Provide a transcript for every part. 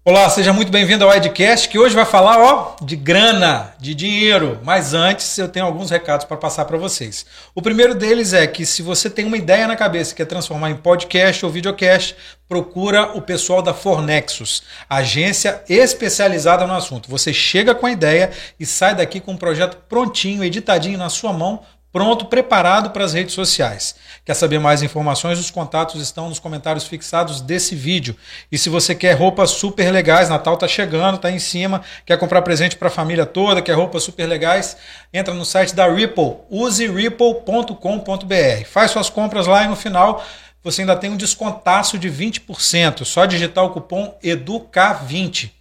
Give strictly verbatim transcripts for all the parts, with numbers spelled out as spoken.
Olá, seja muito bem-vindo ao Edcast, que hoje vai falar ó, de grana, de dinheiro. Mas antes eu tenho alguns recados para passar para vocês. O primeiro deles é que se você tem uma ideia na cabeça e quer transformar em podcast ou videocast, procura o pessoal da Fornexus, agência especializada no assunto. Você chega com a ideia e sai daqui com um projeto prontinho, editadinho na sua mão, pronto, preparado para as redes sociais. Quer saber mais informações? Os contatos estão nos comentários fixados desse vídeo. E se você quer roupas super legais, Natal tá chegando, tá em cima, quer comprar presente para a família toda, quer roupas super legais, entra no site da Ripple, use ripple ponto com ponto b r. Faz suas compras lá e no final você ainda tem um descontaço de vinte por cento. Só digitar o cupom E D U C A vinte.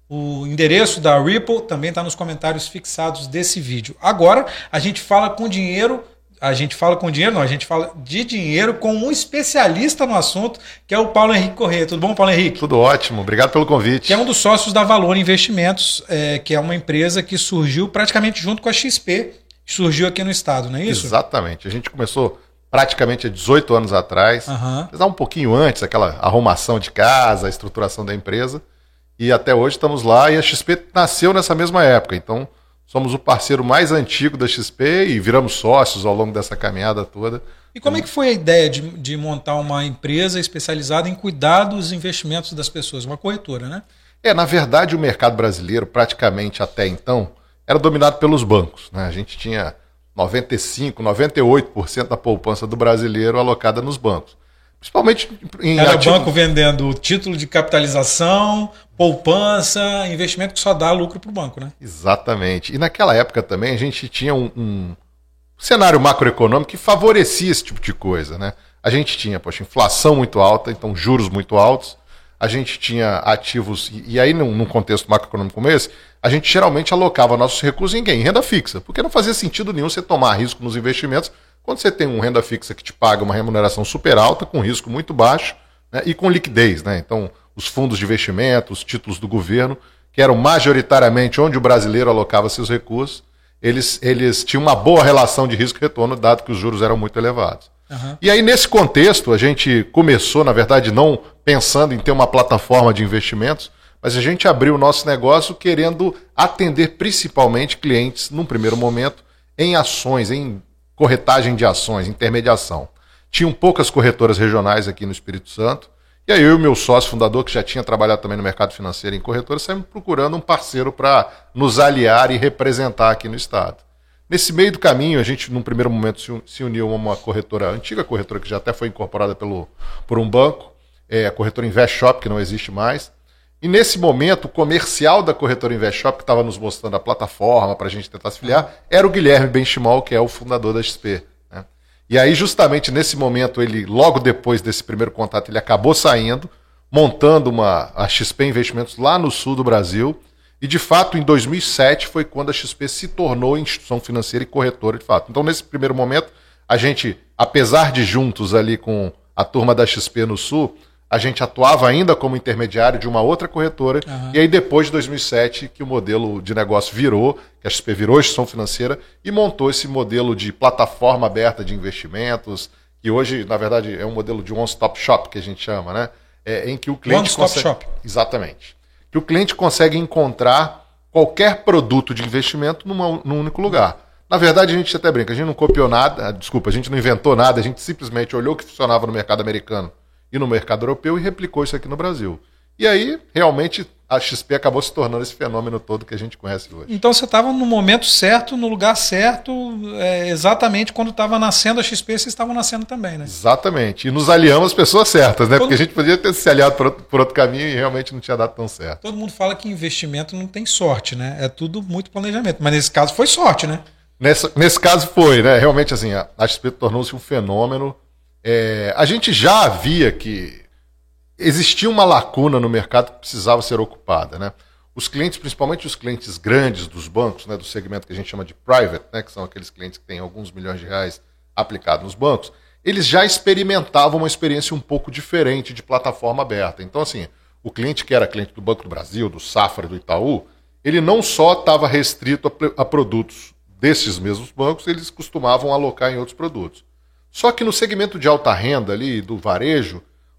O endereço da Ripple também está nos comentários fixados desse vídeo. Agora, a gente fala com dinheiro, a gente fala com dinheiro, não, a gente fala de dinheiro com um especialista no assunto, que é o Paulo Henrique Corrêa. Tudo bom, Paulo Henrique? Tudo ótimo, obrigado pelo convite. Que é um dos sócios da Valor Investimentos, é, que é uma empresa que surgiu praticamente junto com a X P, que surgiu aqui no estado, não é isso? Exatamente, a gente começou praticamente há dezoito anos atrás, uhum. Mas há um pouquinho antes, aquela arrumação de casa, a estruturação da empresa. E até hoje estamos lá e a X P nasceu nessa mesma época. Então, somos o parceiro mais antigo da X P e viramos sócios ao longo dessa caminhada toda. E como é que foi a ideia de, de montar uma empresa especializada em cuidar dos investimentos das pessoas? Uma corretora, né? É, na verdade, o mercado brasileiro, praticamente até então, era dominado pelos bancos, né? A gente tinha noventa e cinco por cento, noventa e oito por cento da poupança do brasileiro alocada nos bancos. Principalmente em Era ativo... banco vendendo título de capitalização, poupança, investimento que só dá lucro para o banco, né? Exatamente. E naquela época também a gente tinha um, um cenário macroeconômico que favorecia esse tipo de coisa, né? A gente tinha, poxa, inflação muito alta, então juros muito altos. A gente tinha ativos, e, e aí num, num contexto macroeconômico como esse, a gente geralmente alocava nossos recursos em quem? Em renda fixa, porque não fazia sentido nenhum você tomar risco nos investimentos quando você tem uma renda fixa que te paga uma remuneração super alta, com risco muito baixo, né, e com liquidez, né? Então, os fundos de investimento, os títulos do governo, que eram majoritariamente onde o brasileiro alocava seus recursos, eles, eles tinham uma boa relação de risco-retorno, dado que os juros eram muito elevados. Uhum. E aí, nesse contexto, a gente começou, na verdade, não pensando em ter uma plataforma de investimentos, mas a gente abriu o nosso negócio querendo atender principalmente clientes, num primeiro momento, em ações, em corretagem de ações, intermediação. Tinham poucas corretoras regionais aqui no Espírito Santo, e aí eu e meu sócio fundador, que já tinha trabalhado também no mercado financeiro em corretora, saímos procurando um parceiro para nos aliar e representar aqui no estado. Nesse meio do caminho, a gente, num primeiro momento, se uniu a uma corretora, antiga corretora, que já até foi incorporada pelo, por um banco, é, a corretora InvestShop, que não existe mais. E nesse momento, o comercial da corretora InvestShop, que estava nos mostrando a plataforma para a gente tentar se filiar, era o Guilherme Benchimol, que é o fundador da X P. Né? E aí, justamente nesse momento, ele, logo depois desse primeiro contato, ele acabou saindo, montando uma, a X P Investimentos lá no sul do Brasil. E, de fato, em dois mil e sete foi quando a X P se tornou instituição financeira e corretora, de fato. Então, nesse primeiro momento, a gente, apesar de juntos ali com a turma da X P no sul, a gente atuava ainda como intermediário de uma outra corretora, uhum. E aí depois de dois mil e sete que o modelo de negócio virou, que a X P virou instituição financeira e montou esse modelo de plataforma aberta de investimentos, que hoje, na verdade, é um modelo de one-stop shop, que a gente chama, né? É, em que o cliente one-stop consegue... shop. Exatamente. Que o cliente consegue encontrar qualquer produto de investimento numa, num único lugar. Na verdade, a gente até brinca, a gente não copiou nada, desculpa, a gente não inventou nada, a gente simplesmente olhou o que funcionava no mercado americano e no mercado europeu e replicou isso aqui no Brasil. E aí, realmente, a X P acabou se tornando esse fenômeno todo que a gente conhece hoje. Então você estava no momento certo, no lugar certo, é, exatamente quando estava nascendo a X P, vocês estavam nascendo também, né? Exatamente. E nos aliamos às pessoas certas, né? Todo... Porque a gente podia ter se aliado por outro, por outro caminho e realmente não tinha dado tão certo. Todo mundo fala que investimento não tem sorte, né? É tudo muito planejamento. Mas nesse caso foi sorte, né? Nesse, nesse caso foi, né? Realmente, assim, a, a X P tornou-se um fenômeno. É, a gente já via que existia uma lacuna no mercado que precisava ser ocupada, né? Os clientes, principalmente os clientes grandes dos bancos, né, do segmento que a gente chama de private, né, que são aqueles clientes que têm alguns milhões de reais aplicados nos bancos, eles já experimentavam uma experiência um pouco diferente de plataforma aberta. Então, assim, o cliente que era cliente do Banco do Brasil, do Safra, do Itaú, ele não só estava restrito a, a produtos desses mesmos bancos, eles costumavam alocar em outros produtos. Só que no segmento de alta renda ali, do varejo,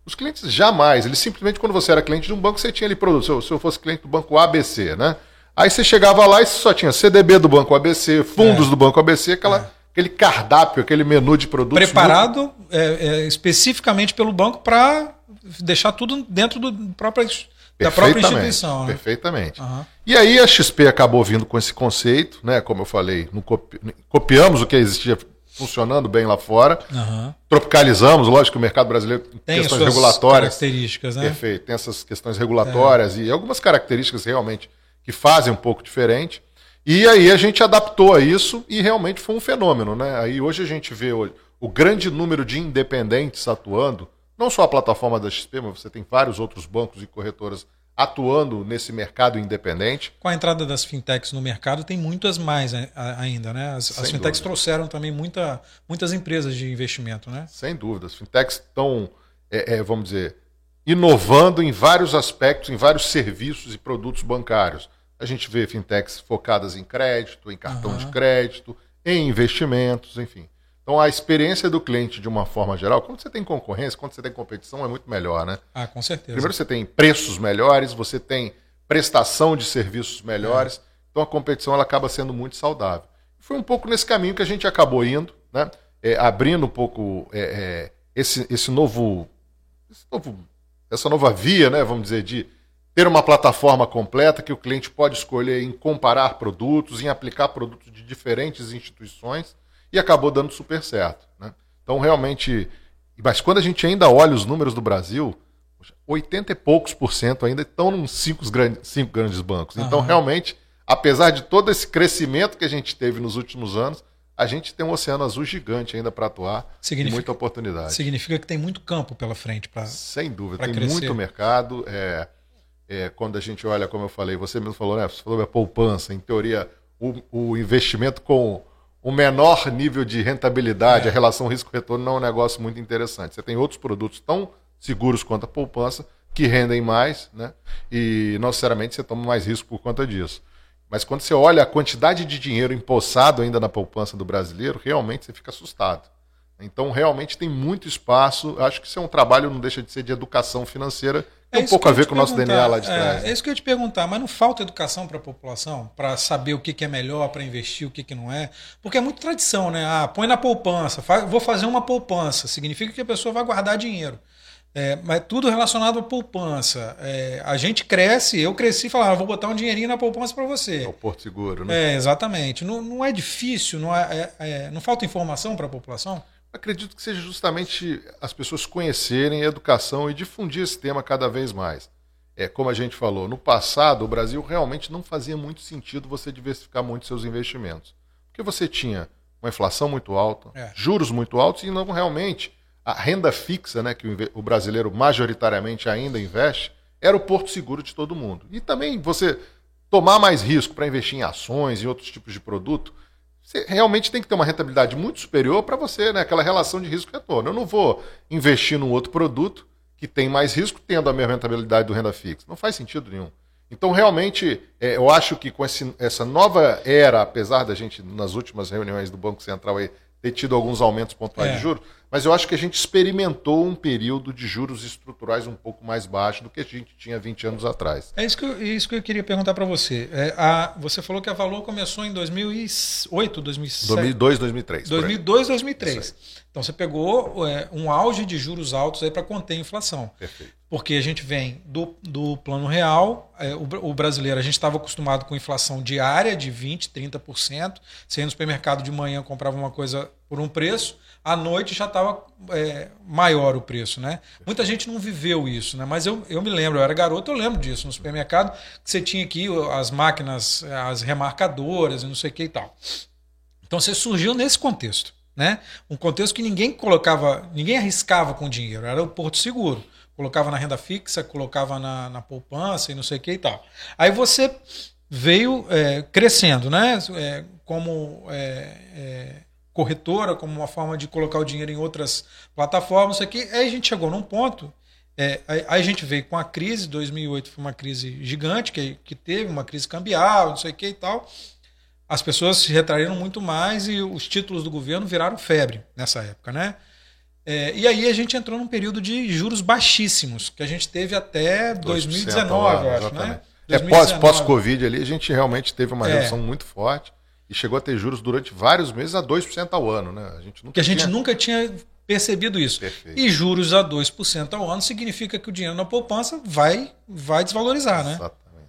Os clientes jamais, eles simplesmente, quando você era cliente de um banco, você tinha ali produto. Se eu, se eu fosse cliente do banco A B C, né? Aí você chegava lá e você só tinha C D B do banco A B C, fundos é. do banco A B C, aquela, é. aquele cardápio, aquele menu de produtos. Preparado muito... é, é, especificamente pelo banco para deixar tudo dentro do próprio, da própria instituição. Né? Perfeitamente. Uhum. E aí a X P acabou vindo com esse conceito, né? Como eu falei, no copi... copiamos o que existia funcionando bem lá fora, uhum. tropicalizamos, lógico que o mercado brasileiro tem questões regulatórias. Características, né? Perfeito, tem essas questões regulatórias é. e algumas características realmente que fazem um pouco diferente. E aí a gente adaptou a isso e realmente foi um fenômeno, né? Aí hoje a gente vê hoje, o grande número de independentes atuando, não só a plataforma da X P, mas você tem vários outros bancos e corretoras atuando nesse mercado independente. Com a entrada das fintechs no mercado, tem muitas mais ainda, né? As, as fintechs dúvida. trouxeram também muita, muitas empresas de investimento, né? Sem dúvida. As fintechs estão, é, é, vamos dizer, inovando em vários aspectos, em vários serviços e produtos bancários. A gente vê fintechs focadas em crédito, em cartão uhum. de crédito, em investimentos, enfim. Então, a experiência do cliente, de uma forma geral, quando você tem concorrência, quando você tem competição, é muito melhor, né? Ah, com certeza. Primeiro, você tem preços melhores, você tem prestação de serviços melhores, é. então a competição ela acaba sendo muito saudável. Foi um pouco nesse caminho que a gente acabou indo, né? É, abrindo um pouco é, é, esse, esse, novo, esse novo, essa nova via, né? Vamos dizer, de ter uma plataforma completa que o cliente pode escolher em comparar produtos, em aplicar produtos de diferentes instituições, e acabou dando super certo. Né? Então, realmente... Mas quando a gente ainda olha os números do Brasil, oitenta e poucos por cento ainda estão nos cinco grandes, cinco grandes bancos. Uhum. Então, realmente, apesar de todo esse crescimento que a gente teve nos últimos anos, a gente tem um oceano azul gigante ainda para atuar e muita oportunidade. Significa que tem muito campo pela frente para Sem dúvida, tem crescer. Muito mercado. É, é, quando a gente olha, como eu falei, você mesmo falou, né? Você falou da poupança, em teoria, o, o investimento com o menor nível de rentabilidade, é. a relação risco-retorno não é um negócio muito interessante. Você tem outros produtos tão seguros quanto a poupança, que rendem mais, né? E não necessariamente você toma mais risco por conta disso. Mas quando você olha a quantidade de dinheiro empossado ainda na poupança do brasileiro, realmente você fica assustado. Então, realmente tem muito espaço. Acho que isso é um trabalho, não deixa de ser de educação financeira, tem é um pouco a ver com o nosso D N A lá de trás. É, é isso que eu ia te perguntar, mas não falta educação para a população? Para saber o que, que é melhor, para investir, o que, que não é? Porque é muito tradição, né? Ah, põe na poupança, faz, vou fazer uma poupança. Significa que a pessoa vai guardar dinheiro. É, mas tudo relacionado à poupança. É, a gente cresce, eu cresci e falava, ah, vou botar um dinheirinho na poupança para você. É o Porto Seguro, né? É, exatamente. Não, não é difícil, não, é, é, não falta informação para a população? Acredito que seja justamente as pessoas conhecerem a educação e difundir esse tema cada vez mais. É, como a gente falou, no passado o Brasil realmente não fazia muito sentido você diversificar muito seus investimentos. Porque você tinha uma inflação muito alta, é. juros muito altos e não realmente a renda fixa, né, que o brasileiro majoritariamente ainda investe, era o porto seguro de todo mundo. E também você tomar mais risco para investir em ações e outros tipos de produto, você realmente tem que ter uma rentabilidade muito superior para você, né? Aquela relação de risco-retorno. Eu não vou investir num outro produto que tem mais risco tendo a mesma rentabilidade do renda fixa. Não faz sentido nenhum. Então, realmente, é, eu acho que com esse, essa nova era, apesar da gente, nas últimas reuniões do Banco Central, aí, ter tido alguns aumentos pontuais é. de juros, mas eu acho que a gente experimentou um período de juros estruturais um pouco mais baixo do que a gente tinha vinte anos atrás. É isso que eu, isso que eu queria perguntar para você. É, a, você falou que a Valor começou em dois mil e oito, dois mil e sete? dois mil e dois, dois mil e três. dois mil e dois, dois mil e três. Então você pegou é, um auge de juros altos para conter a inflação. Perfeito. Porque a gente vem do, do plano real, é, o, o brasileiro, a gente estava acostumado com inflação diária de vinte por cento, trinta por cento. Você ia no supermercado de manhã, comprava uma coisa por um preço, à noite já estava é, maior o preço, né? Muita gente não viveu isso, né? Mas eu, eu me lembro, eu era garoto, eu lembro disso, no supermercado, que você tinha aqui as máquinas, as remarcadoras e não sei o que e tal. Então você surgiu nesse contexto, né? Um contexto que ninguém colocava, ninguém arriscava com dinheiro, era o Porto Seguro. Colocava na renda fixa, colocava na, na poupança e não sei o que e tal. Aí você veio é, crescendo, né? É, como é, é, corretora, como uma forma de colocar o dinheiro em outras plataformas, isso aqui. Aí a gente chegou num ponto, é, aí, aí a gente veio com a crise, dois mil e oito foi uma crise gigante, que, que teve uma crise cambial, não sei o que e tal. As pessoas se retraíram muito mais e os títulos do governo viraram febre nessa época, né? É, e aí a gente entrou num período de juros baixíssimos, que a gente teve até dois mil e dezenove, eu acho, exatamente. Né? É, pós, pós-Covid ali, a gente realmente teve uma redução é. muito forte e chegou a ter juros durante vários meses a dois por cento ao ano, né? A gente nunca que a gente tinha... nunca tinha percebido isso. Perfeito. E juros a dois por cento ao ano significa que o dinheiro na poupança vai, vai desvalorizar, né? Exatamente.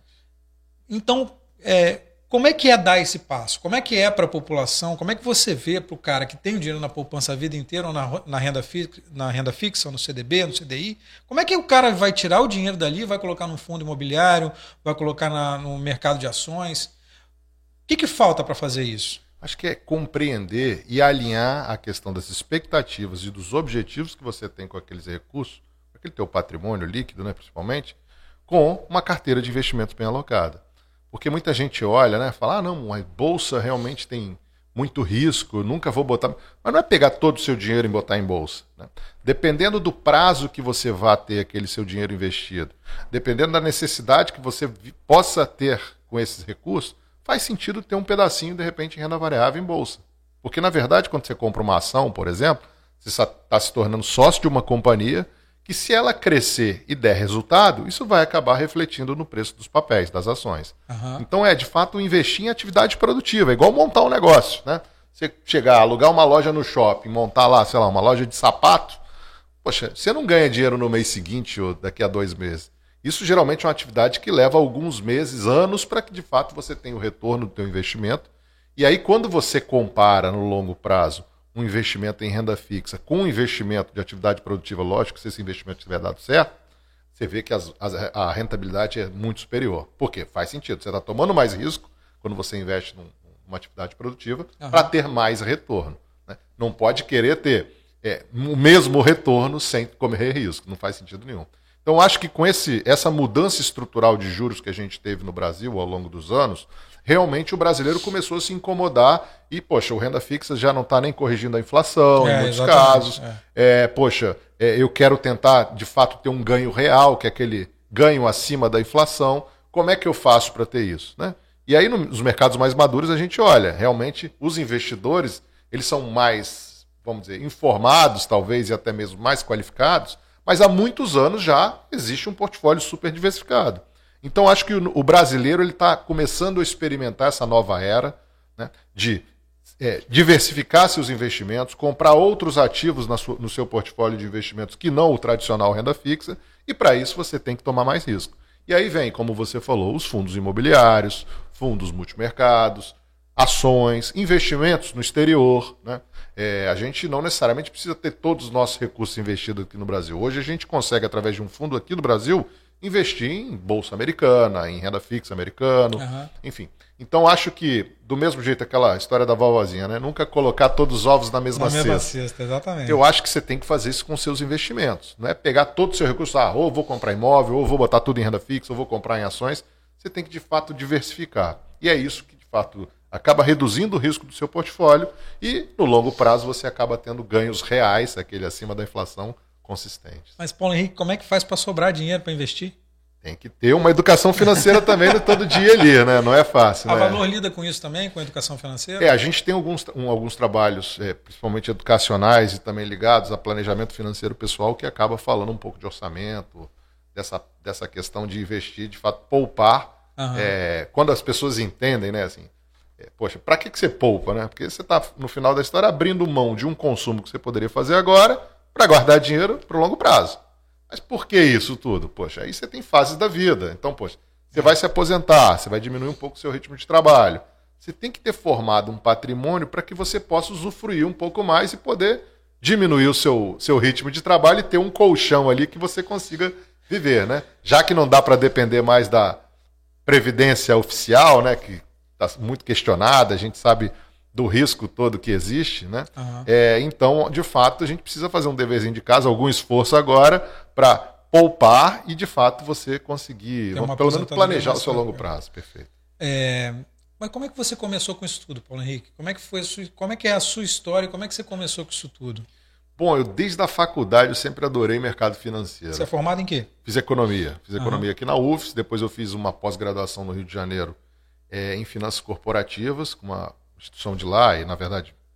Então, é, como é que é dar esse passo? Como é que é para a população? Como é que você vê para o cara que tem o dinheiro na poupança a vida inteira, ou na, na, renda fixa, na renda fixa, ou no C D B, no C D I? Como é que o cara vai tirar o dinheiro dali, vai colocar num fundo imobiliário, vai colocar na, no mercado de ações? O que, que falta para fazer isso? Acho que é compreender e alinhar a questão das expectativas e dos objetivos que você tem com aqueles recursos, aquele teu patrimônio líquido, né, principalmente, com uma carteira de investimentos bem alocada. Porque muita gente olha, né, fala, ah, não, a bolsa realmente tem muito risco, nunca vou botar... Mas não é pegar todo o seu dinheiro e botar em bolsa. Né? Dependendo do prazo que você vá ter aquele seu dinheiro investido, dependendo da necessidade que você possa ter com esses recursos, faz sentido ter um pedacinho, de repente, em renda variável em bolsa. Porque, na verdade, quando você compra uma ação, por exemplo, você está se tornando sócio de uma companhia que, se ela crescer e der resultado, isso vai acabar refletindo no preço dos papéis, das ações. Uhum. Então, é, de fato, investir em atividade produtiva. É igual montar um negócio, né? Você chegar, alugar uma loja no shopping, montar lá, sei lá, uma loja de sapato, poxa, você não ganha dinheiro no mês seguinte ou daqui a dois meses. Isso geralmente é uma atividade que leva alguns meses, anos, para que de fato você tenha o retorno do seu investimento. E aí, quando você compara no longo prazo um investimento em renda fixa com um investimento de atividade produtiva, lógico, se esse investimento tiver dado certo, você vê que as, as, a rentabilidade é muito superior. Por quê? Faz sentido. Você está tomando mais risco quando você investe num, numa atividade produtiva uhum. para ter mais retorno. Né? Não pode querer ter é, o mesmo retorno sem correr risco. Não faz sentido nenhum. Então, acho que com esse, essa mudança estrutural de juros que a gente teve no Brasil ao longo dos anos, realmente o brasileiro começou a se incomodar e, poxa, o renda fixa já não está nem corrigindo a inflação, é, em muitos casos. É. É, poxa, é, eu quero tentar, de fato, ter um ganho real, que é aquele ganho acima da inflação. Como é que eu faço para ter isso? Né? E aí, nos mercados mais maduros, a gente olha, realmente, os investidores, eles são mais, vamos dizer, informados, talvez, e até mesmo mais qualificados, mas há muitos anos já existe um portfólio super diversificado. Então, acho que o brasileiro está começando a experimentar essa nova era, né, de é, diversificar seus investimentos, comprar outros ativos na sua, no seu portfólio de investimentos que não o tradicional renda fixa, e para isso você tem que tomar mais risco. E aí vem, como você falou, os fundos imobiliários, fundos multimercados, ações, investimentos no exterior. Né? É, a gente não necessariamente precisa ter todos os nossos recursos investidos aqui no Brasil. Hoje a gente consegue, através de um fundo aqui do Brasil, investir em bolsa americana, em renda fixa americana, uhum. enfim. Então acho que, do mesmo jeito, aquela história da vovozinha, né? Nunca colocar todos os ovos na mesma na cesta. mesma cesta, exatamente. Eu acho que você tem que fazer isso com seus investimentos. Não é pegar todo o seu recurso, ah, ou vou comprar imóvel, ou vou botar tudo em renda fixa, ou vou comprar em ações. Você tem que, de fato, diversificar. E é isso que, de fato, acaba reduzindo o risco do seu portfólio e, no longo prazo, você acaba tendo ganhos reais, aquele acima da inflação, consistentes. Mas, Paulo Henrique, como é que faz para sobrar dinheiro para investir? Tem que ter uma educação financeira também no todo dia ali, né? Não é fácil. A né? Valor lida com isso também, com a educação financeira? É, a gente tem alguns, um, alguns trabalhos, é, principalmente educacionais e também ligados a planejamento financeiro pessoal, que acaba falando um pouco de orçamento, dessa, dessa questão de investir, de fato, poupar. Uhum. É, quando as pessoas entendem, né, assim, é, poxa, para que, que você poupa, né? Porque você está, no final da história, abrindo mão de um consumo que você poderia fazer agora para guardar dinheiro para o longo prazo. Mas por que isso tudo? Poxa, aí você tem fases da vida. Então, poxa, você vai se aposentar, você vai diminuir um pouco o seu ritmo de trabalho. Você tem que ter formado um patrimônio para que você possa usufruir um pouco mais e poder diminuir o seu, seu ritmo de trabalho e ter um colchão ali que você consiga viver, né? Já que não dá para depender mais da previdência oficial, né, que está muito questionada, a gente sabe do risco todo que existe, né? Uhum. É, então, de fato, a gente precisa fazer um deverzinho de casa, algum esforço agora para poupar e, de fato, você conseguir, vamos, pelo menos, planejar o seu longo prazo. Perfeito. É, mas como é que você começou com isso tudo, Paulo Henrique? Como é que foi a sua, como é que é a sua história? Como é que você começou com isso tudo? Bom, eu desde a faculdade eu sempre adorei mercado financeiro. Você é formado em quê? Fiz economia. Fiz economia uhum. aqui na U F S, depois eu fiz uma pós-graduação no Rio de Janeiro é, em finanças corporativas, com uma instituição de lá, e na verdade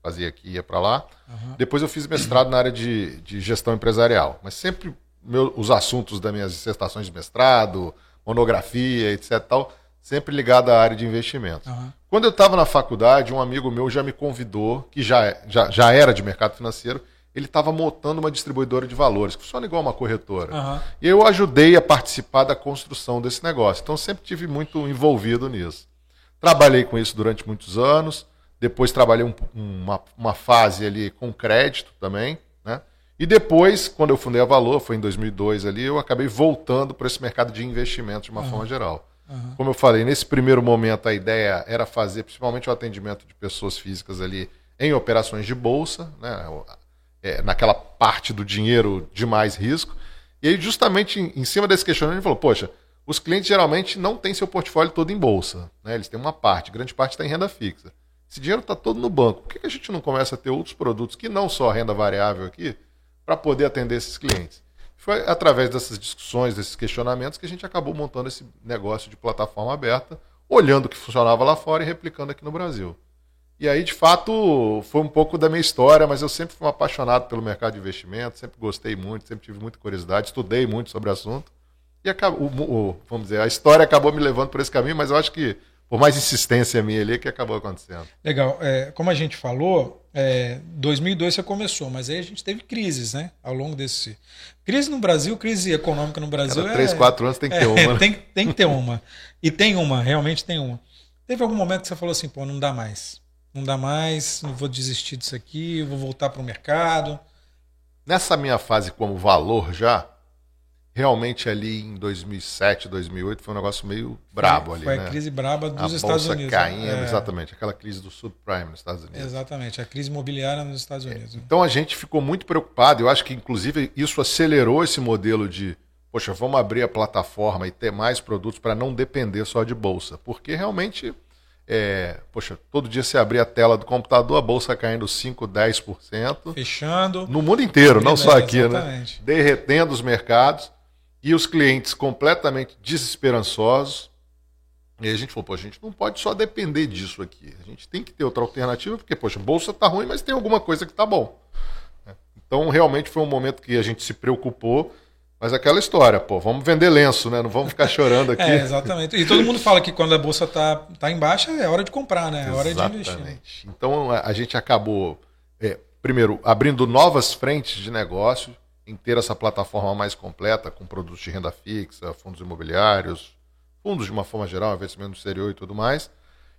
fazia aqui e ia para lá. Uhum. Depois eu fiz mestrado na área de, de gestão empresarial. Mas sempre meu, os assuntos das minhas dissertações de mestrado, monografia, etc. Tal, sempre ligado à área de investimentos. Uhum. Quando eu estava na faculdade, um amigo meu já me convidou, que já, já, já era de mercado financeiro, ele estava montando uma distribuidora de valores, que funciona igual uma corretora. Uhum. E eu ajudei a participar da construção desse negócio. Então, sempre tive muito envolvido nisso. Trabalhei com isso durante muitos anos. Depois, trabalhei um, uma, uma fase ali com crédito também. Né? E depois, quando eu fundei a Valor, foi em dois mil e dois ali, eu acabei voltando para esse mercado de investimentos de uma uhum. forma geral. Uhum. Como eu falei, nesse primeiro momento, a ideia era fazer principalmente o atendimento de pessoas físicas ali em operações de bolsa, né? É, naquela parte do dinheiro de mais risco. E aí, justamente em, em cima desse questionamento, ele falou, poxa, os clientes geralmente não têm seu portfólio todo em bolsa. Né? Eles têm uma parte, grande parte está em renda fixa. Esse dinheiro está todo no banco. Por que a gente não começa a ter outros produtos que não só a renda variável aqui, para poder atender esses clientes? Foi através dessas discussões, desses questionamentos, que a gente acabou montando esse negócio de plataforma aberta, olhando o que funcionava lá fora e replicando aqui no Brasil. E aí, de fato, foi um pouco da minha história, mas eu sempre fui um apaixonado pelo mercado de investimento, sempre gostei muito, sempre tive muita curiosidade, estudei muito sobre o assunto. E acabou, o, o, vamos dizer, a história acabou me levando por esse caminho, mas eu acho que, por mais insistência minha ali, que acabou acontecendo. Legal. É, como a gente falou, é, dois mil e dois você começou, mas aí a gente teve crises, né? Ao longo desse... Crise no Brasil, crise econômica no Brasil... Cada três, é, quatro anos tem que ter é, uma. Né? Tem, tem que ter uma. E tem uma, realmente tem uma. Teve algum momento que você falou assim, pô, não dá mais. Não dá mais, não vou desistir disso aqui, vou voltar para o mercado. Nessa minha fase como Valor já, realmente ali em dois mil e sete, dois mil e oito foi um negócio meio brabo ali, foi né? Foi a crise braba dos a Estados Unidos. A bolsa caindo, é. exatamente, aquela crise do subprime nos Estados Unidos. Exatamente, a crise imobiliária nos Estados Unidos. É, então a gente ficou muito preocupado, eu acho que inclusive isso acelerou esse modelo de, poxa, vamos abrir a plataforma e ter mais produtos para não depender só de bolsa, porque realmente... É, poxa, todo dia você abrir a tela do computador, a bolsa caindo cinco, dez por cento. Fechando. No mundo inteiro, não só aqui, exatamente. Né? Derretendo os mercados e os clientes completamente desesperançosos. E aí a gente falou, pô, a gente não pode só depender disso aqui. A gente tem que ter outra alternativa, porque, poxa, a bolsa tá ruim, mas tem alguma coisa que tá bom. Então, realmente foi um momento que a gente se preocupou. Mas aquela história, pô, vamos vender lenço, né? Não vamos ficar chorando aqui. É, exatamente. E todo mundo fala que quando a bolsa tá, tá em baixa, é hora de comprar, né? É hora exatamente. de investir. Então a gente acabou, é, primeiro, abrindo novas frentes de negócio, em ter essa plataforma mais completa, com produtos de renda fixa, fundos imobiliários, fundos de uma forma geral, investimento no exterior e tudo mais.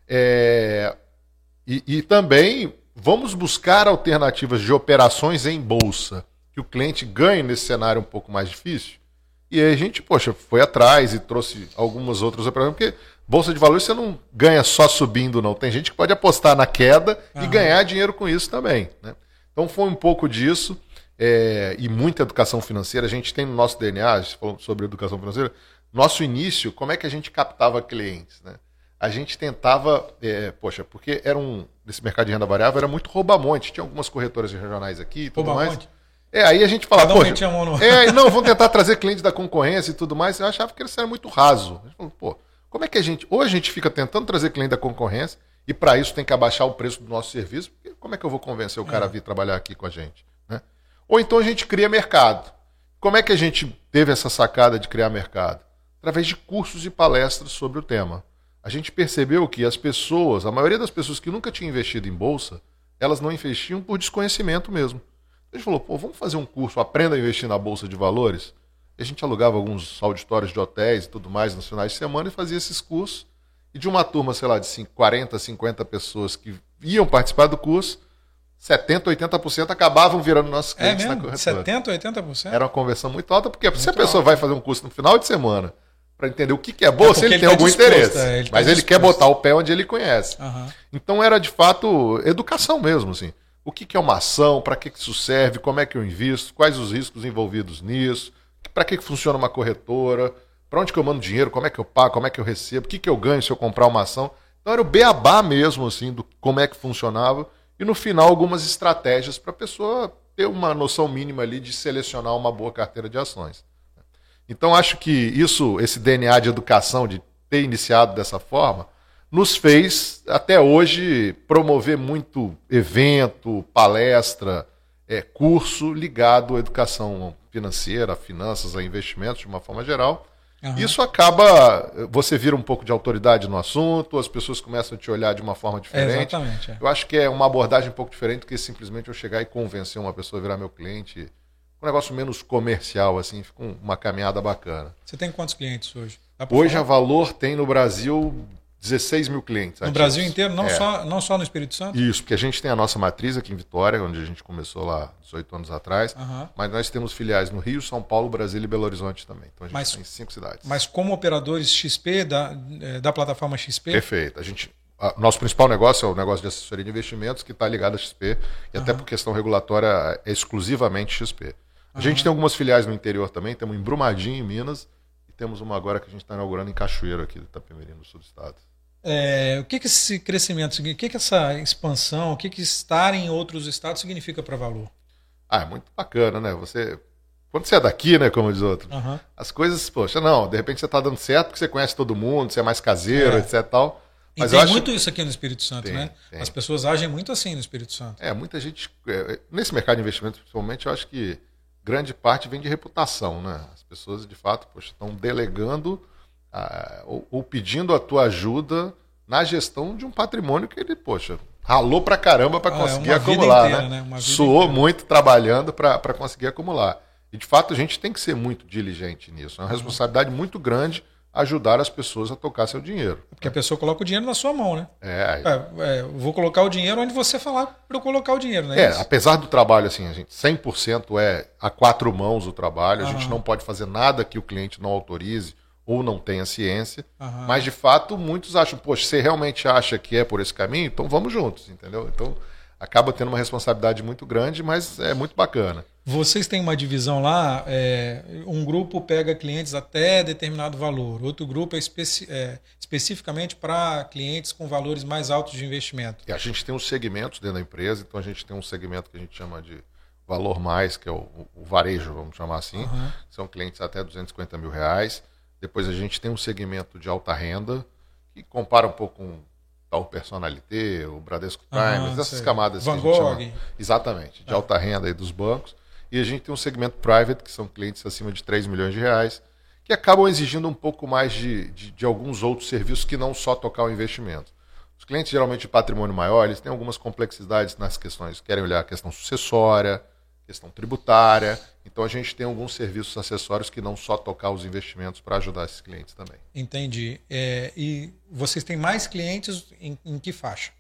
É, e, e também vamos buscar alternativas de operações em bolsa, que o cliente ganhe nesse cenário um pouco mais difícil. E aí a gente, poxa, foi atrás e trouxe algumas outras operações, porque bolsa de valores você não ganha só subindo, não. Tem gente que pode apostar na queda uhum. e ganhar dinheiro com isso também. Né? Então foi um pouco disso, é, e muita educação financeira. A gente tem no nosso D N A, a gente falou sobre educação financeira, nosso início, como é que a gente captava clientes, né? A gente tentava, é, poxa, porque era um, nesse mercado de renda variável era muito rouba-monte, tinha algumas corretoras regionais aqui e tudo mais. É, aí a gente falava, um poxa, no... é, não, vamos tentar trazer clientes da concorrência e tudo mais. Eu achava que isso era muito raso. A gente falou, pô, como é que a gente, ou a gente fica tentando trazer cliente da concorrência e para isso tem que abaixar o preço do nosso serviço, porque como é que eu vou convencer o cara a vir trabalhar aqui com a gente? Né? Ou então a gente cria mercado. Como é que a gente teve essa sacada de criar mercado? Através de cursos e palestras sobre o tema. A gente percebeu que as pessoas, a maioria das pessoas que nunca tinham investido em bolsa, elas não investiam por desconhecimento mesmo. A gente falou, pô, vamos fazer um curso, aprenda a investir na Bolsa de Valores. E a gente alugava alguns auditórios de hotéis e tudo mais nos finais de semana e fazia esses cursos. E de uma turma, sei lá, de quarenta, cinquenta pessoas que iam participar do curso, setenta, oitenta por cento acabavam virando nossos clientes é na mesmo? corretora. setenta, oitenta por cento? Era uma conversão muito alta, porque muito se a pessoa alta. vai fazer um curso no final de semana para entender o que, que é bolsa, é ele, ele tem tá algum disposto, interesse. É, ele mas tá ele quer botar o pé onde ele conhece. Uhum. Então era, de fato, educação mesmo, assim. O que é uma ação, para que isso serve, como é que eu invisto, quais os riscos envolvidos nisso, para que funciona uma corretora, para onde que eu mando dinheiro, como é que eu pago, como é que eu recebo, o que, que eu ganho se eu comprar uma ação. Então era o beabá mesmo, assim, do como é que funcionava e no final algumas estratégias para a pessoa ter uma noção mínima ali de selecionar uma boa carteira de ações. Então acho que isso, esse D N A de educação, de ter iniciado dessa forma, nos fez, até hoje, promover muito evento, palestra, é, curso ligado à educação financeira, a finanças, a investimentos, de uma forma geral. Uhum. Isso acaba, você vira um pouco de autoridade no assunto, as pessoas começam a te olhar de uma forma diferente. É, exatamente. É. Eu acho que é uma abordagem um pouco diferente do que simplesmente eu chegar e convencer uma pessoa a virar meu cliente. Um negócio menos comercial, assim, fica uma caminhada bacana. Você tem quantos clientes hoje? Hoje falar? A Valor tem no Brasil dezesseis mil clientes. No ativos. Brasil inteiro? Não, é. só, não só no Espírito Santo? Isso, porque a gente tem a nossa matriz aqui em Vitória, onde a gente começou lá dezoito anos atrás, uhum. mas nós temos filiais no Rio, São Paulo, Brasília e Belo Horizonte também. Então a gente mas, tem cinco cidades. Mas como operadores X P da, da plataforma X P? Perfeito. A gente, a, nosso principal negócio é o negócio de assessoria de investimentos, que está ligado a X P, e uhum. até por questão regulatória é exclusivamente X P. A uhum. gente tem algumas filiais no interior também, temos em Brumadinho, em Minas, e temos uma agora que a gente está inaugurando em Cachoeiro, aqui do Itapemirim, no sul do estado. É, o que, que esse crescimento, o que, que essa expansão, o que, que estar em outros estados significa para Valor? Ah, é muito bacana, né? Você, quando você é daqui, né, como diz outro, uhum. as coisas, poxa, não, de repente você está dando certo porque você conhece todo mundo, você é mais caseiro, é. etc e tal. Mas e tem eu acho... muito isso aqui no Espírito Santo, tem, né? Tem. As pessoas agem muito assim no Espírito Santo. É, muita gente, nesse mercado de investimento principalmente, eu acho que grande parte vem de reputação, né? As pessoas, de fato, poxa, estão delegando ah, ou, ou pedindo a tua ajuda na gestão de um patrimônio que ele, poxa, ralou pra caramba para ah, conseguir é acumular, inteira, né? né? Suou inteira. muito trabalhando para conseguir acumular. E, de fato, a gente tem que ser muito diligente nisso. É uma responsabilidade muito grande ajudar as pessoas a tocar seu dinheiro. Porque a pessoa coloca o dinheiro na sua mão, né? É. é, é eu vou colocar o dinheiro onde você falar para eu colocar o dinheiro, né? É, isso? Apesar do trabalho, assim, a gente cem por cento é a quatro mãos o trabalho, a ah. gente não pode fazer nada que o cliente não autorize ou não tenha ciência, uhum. mas de fato muitos acham, poxa, você realmente acha que é por esse caminho? Então vamos juntos, entendeu? Então acaba tendo uma responsabilidade muito grande, mas é muito bacana. Vocês têm uma divisão lá, é, um grupo pega clientes até determinado valor, outro grupo é, especi é especificamente para clientes com valores mais altos de investimento. E a gente tem os segmentos dentro da empresa, então a gente tem um segmento que a gente chama de valor mais, que é o, o varejo, vamos chamar assim, uhum. são clientes até duzentos e cinquenta mil reais. Depois a gente tem um segmento de alta renda, que compara um pouco com tal Personalité, o Bradesco Prime, essas sei. camadas Van que a gente Gogh. chama, exatamente, de é. alta renda aí dos bancos. E a gente tem um segmento private, que são clientes acima de três milhões de reais, que acabam exigindo um pouco mais de, de, de alguns outros serviços que não só tocar o investimento. Os clientes geralmente de patrimônio maior, eles têm algumas complexidades nas questões, querem olhar a questão sucessória, questão tributária. Então a gente tem alguns serviços acessórios que não só tocar os investimentos para ajudar esses clientes também. Entendi. É, e vocês têm mais clientes em, em que faixa?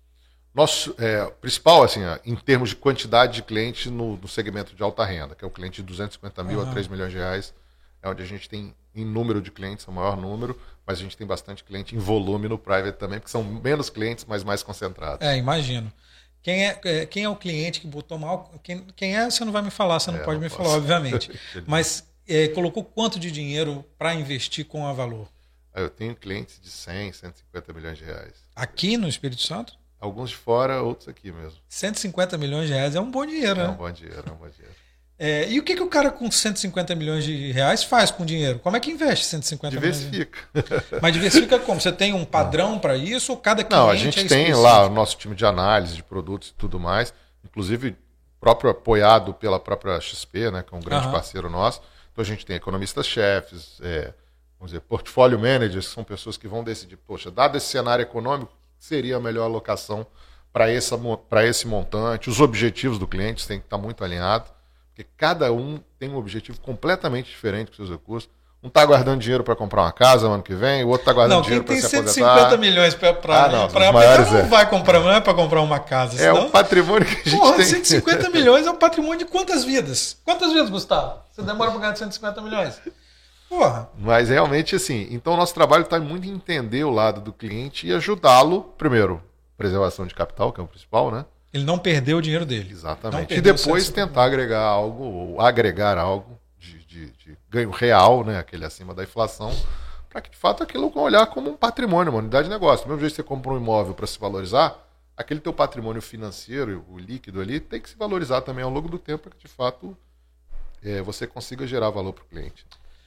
Nosso é, principal, assim, em termos de quantidade de clientes no, no segmento de alta renda, que é o cliente de duzentos e cinquenta mil uhum. a três milhões de reais, é onde a gente tem em número de clientes, é o maior número, mas a gente tem bastante cliente em volume no private também, porque são menos clientes, mas mais concentrados. É, imagino. Quem é, quem é o cliente que botou mal? Quem, quem é, você não vai me falar, você não é, pode não me posso. falar, obviamente. Mas é, colocou quanto de dinheiro para investir com a Valor? Eu tenho clientes de cem, cento e cinquenta milhões de reais. Aqui no Espírito Santo? Alguns de fora, outros aqui mesmo. cento e cinquenta milhões de reais é um bom dinheiro, é né? É um bom dinheiro, é um bom dinheiro. É, e o que, que o cara com cento e cinquenta milhões de reais faz com o dinheiro? Como é que investe cento e cinquenta diversifica. milhões? Mas diversifica como? Você tem um padrão para isso ou cada cliente? Não, a gente é tem lá o nosso time de análise de produtos e tudo mais, inclusive próprio apoiado pela própria X P, né, que é um grande uhum. parceiro nosso. Então a gente tem economistas-chefes, é, vamos dizer, portfólio managers, que são pessoas que vão decidir, poxa, dado esse cenário econômico, seria a melhor alocação para esse montante, os objetivos do cliente têm que estar muito alinhados. Porque cada um tem um objetivo completamente diferente com seus recursos. Um está guardando dinheiro para comprar uma casa no ano que vem, o outro está guardando não, dinheiro para se aposentar. Não, quem tem cento e cinquenta milhões para ah, não, pra maiores não é. vai comprar, não é para comprar uma casa. É senão... o patrimônio que a gente Porra, tem. cento e cinquenta milhões é o patrimônio de quantas vidas? Quantas vidas, Gustavo? Você demora para ganhar cento e cinquenta milhões? Porra. Mas realmente assim, então o nosso trabalho está muito em entender o lado do cliente e ajudá-lo, primeiro, preservação de capital, que é o principal, né? Ele não perdeu o dinheiro dele. Exatamente. E depois tentar agregar algo, ou agregar algo de, de, de ganho real, né? Aquele acima da inflação, para que de fato aquilo olhar como um patrimônio, uma unidade de negócio. Do mesmo jeito que você compra um imóvel para se valorizar, aquele teu patrimônio financeiro, o líquido ali, tem que se valorizar também ao longo do tempo, para que de fato é, você consiga gerar valor para o cliente.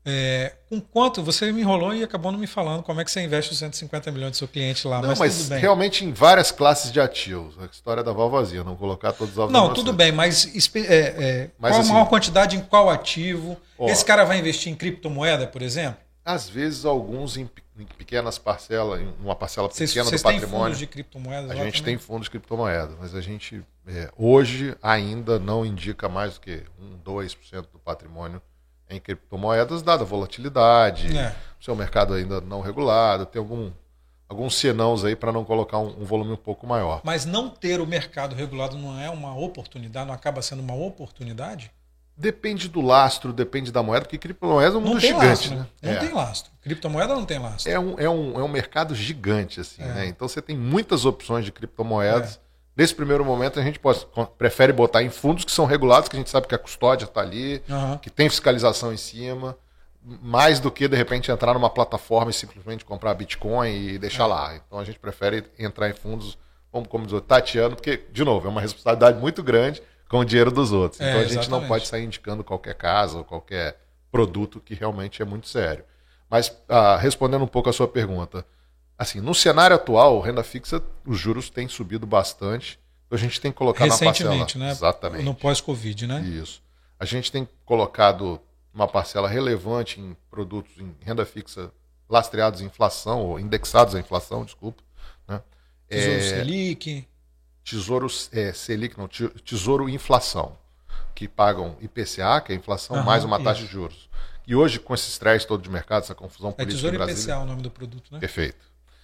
É, com quanto, você me enrolou e acabou não me falando como é que você investe os cento e cinquenta milhões do seu cliente lá, não, mas, mas tudo bem. Realmente em várias classes de ativos. A história da válvula vazia, não colocar todos os ovos Não, tudo bem, mas, é, é, mas qual assim, a maior quantidade em qual ativo? Ó, Esse cara vai investir em criptomoeda, por exemplo? Às vezes, alguns em, em pequenas parcelas, em uma parcela pequena Vocês, vocês do patrimônio. têm fundos de criptomoedas? A lá gente também? tem fundos de criptomoedas, mas a gente é, hoje ainda não indica mais do que um, dois por cento do patrimônio em criptomoedas, dada a volatilidade, É. o seu mercado ainda não regulado, tem algum, alguns senãos aí para não colocar um, um volume um pouco maior. Mas não ter o mercado regulado não é uma oportunidade, não acaba sendo uma oportunidade? Depende do lastro, depende da moeda, porque criptomoedas é um mundo Não tem gigante. lastro, Né? não É. tem lastro. Criptomoeda não tem lastro. É um, é, um, é um mercado gigante, assim, É. né? Então você tem muitas opções de criptomoedas. É. Nesse primeiro momento, a gente pode, prefere botar em fundos que são regulados, que a gente sabe que a custódia está ali, Uhum. que tem fiscalização em cima, mais do que, de repente, entrar numa plataforma e simplesmente comprar Bitcoin e deixar É. lá. Então a gente prefere entrar em fundos, como, como dizer, tateando, porque, de novo, é uma responsabilidade muito grande com o dinheiro dos outros. É, então a gente exatamente. não pode sair indicando qualquer casa ou qualquer produto que realmente é muito sério. Mas, ah, respondendo um pouco a sua pergunta, assim, no cenário atual, renda fixa, os juros têm subido bastante. Então a gente tem que colocar na parcela. Recentemente, né? Exatamente. No pós-Covid, né? Isso. A gente tem colocado uma parcela relevante em produtos em renda fixa lastreados em inflação, ou indexados à inflação, desculpa. Né? Tesouro É, Selic. Tesouro é, Selic, não, te- Tesouro Inflação, que pagam I P C A, que é a inflação, Aham, mais uma taxa isso. de juros. E hoje, com esse estresse todo de mercado, essa confusão É política Tesouro em Brasília... I P C A o nome do produto, né? Perfeito.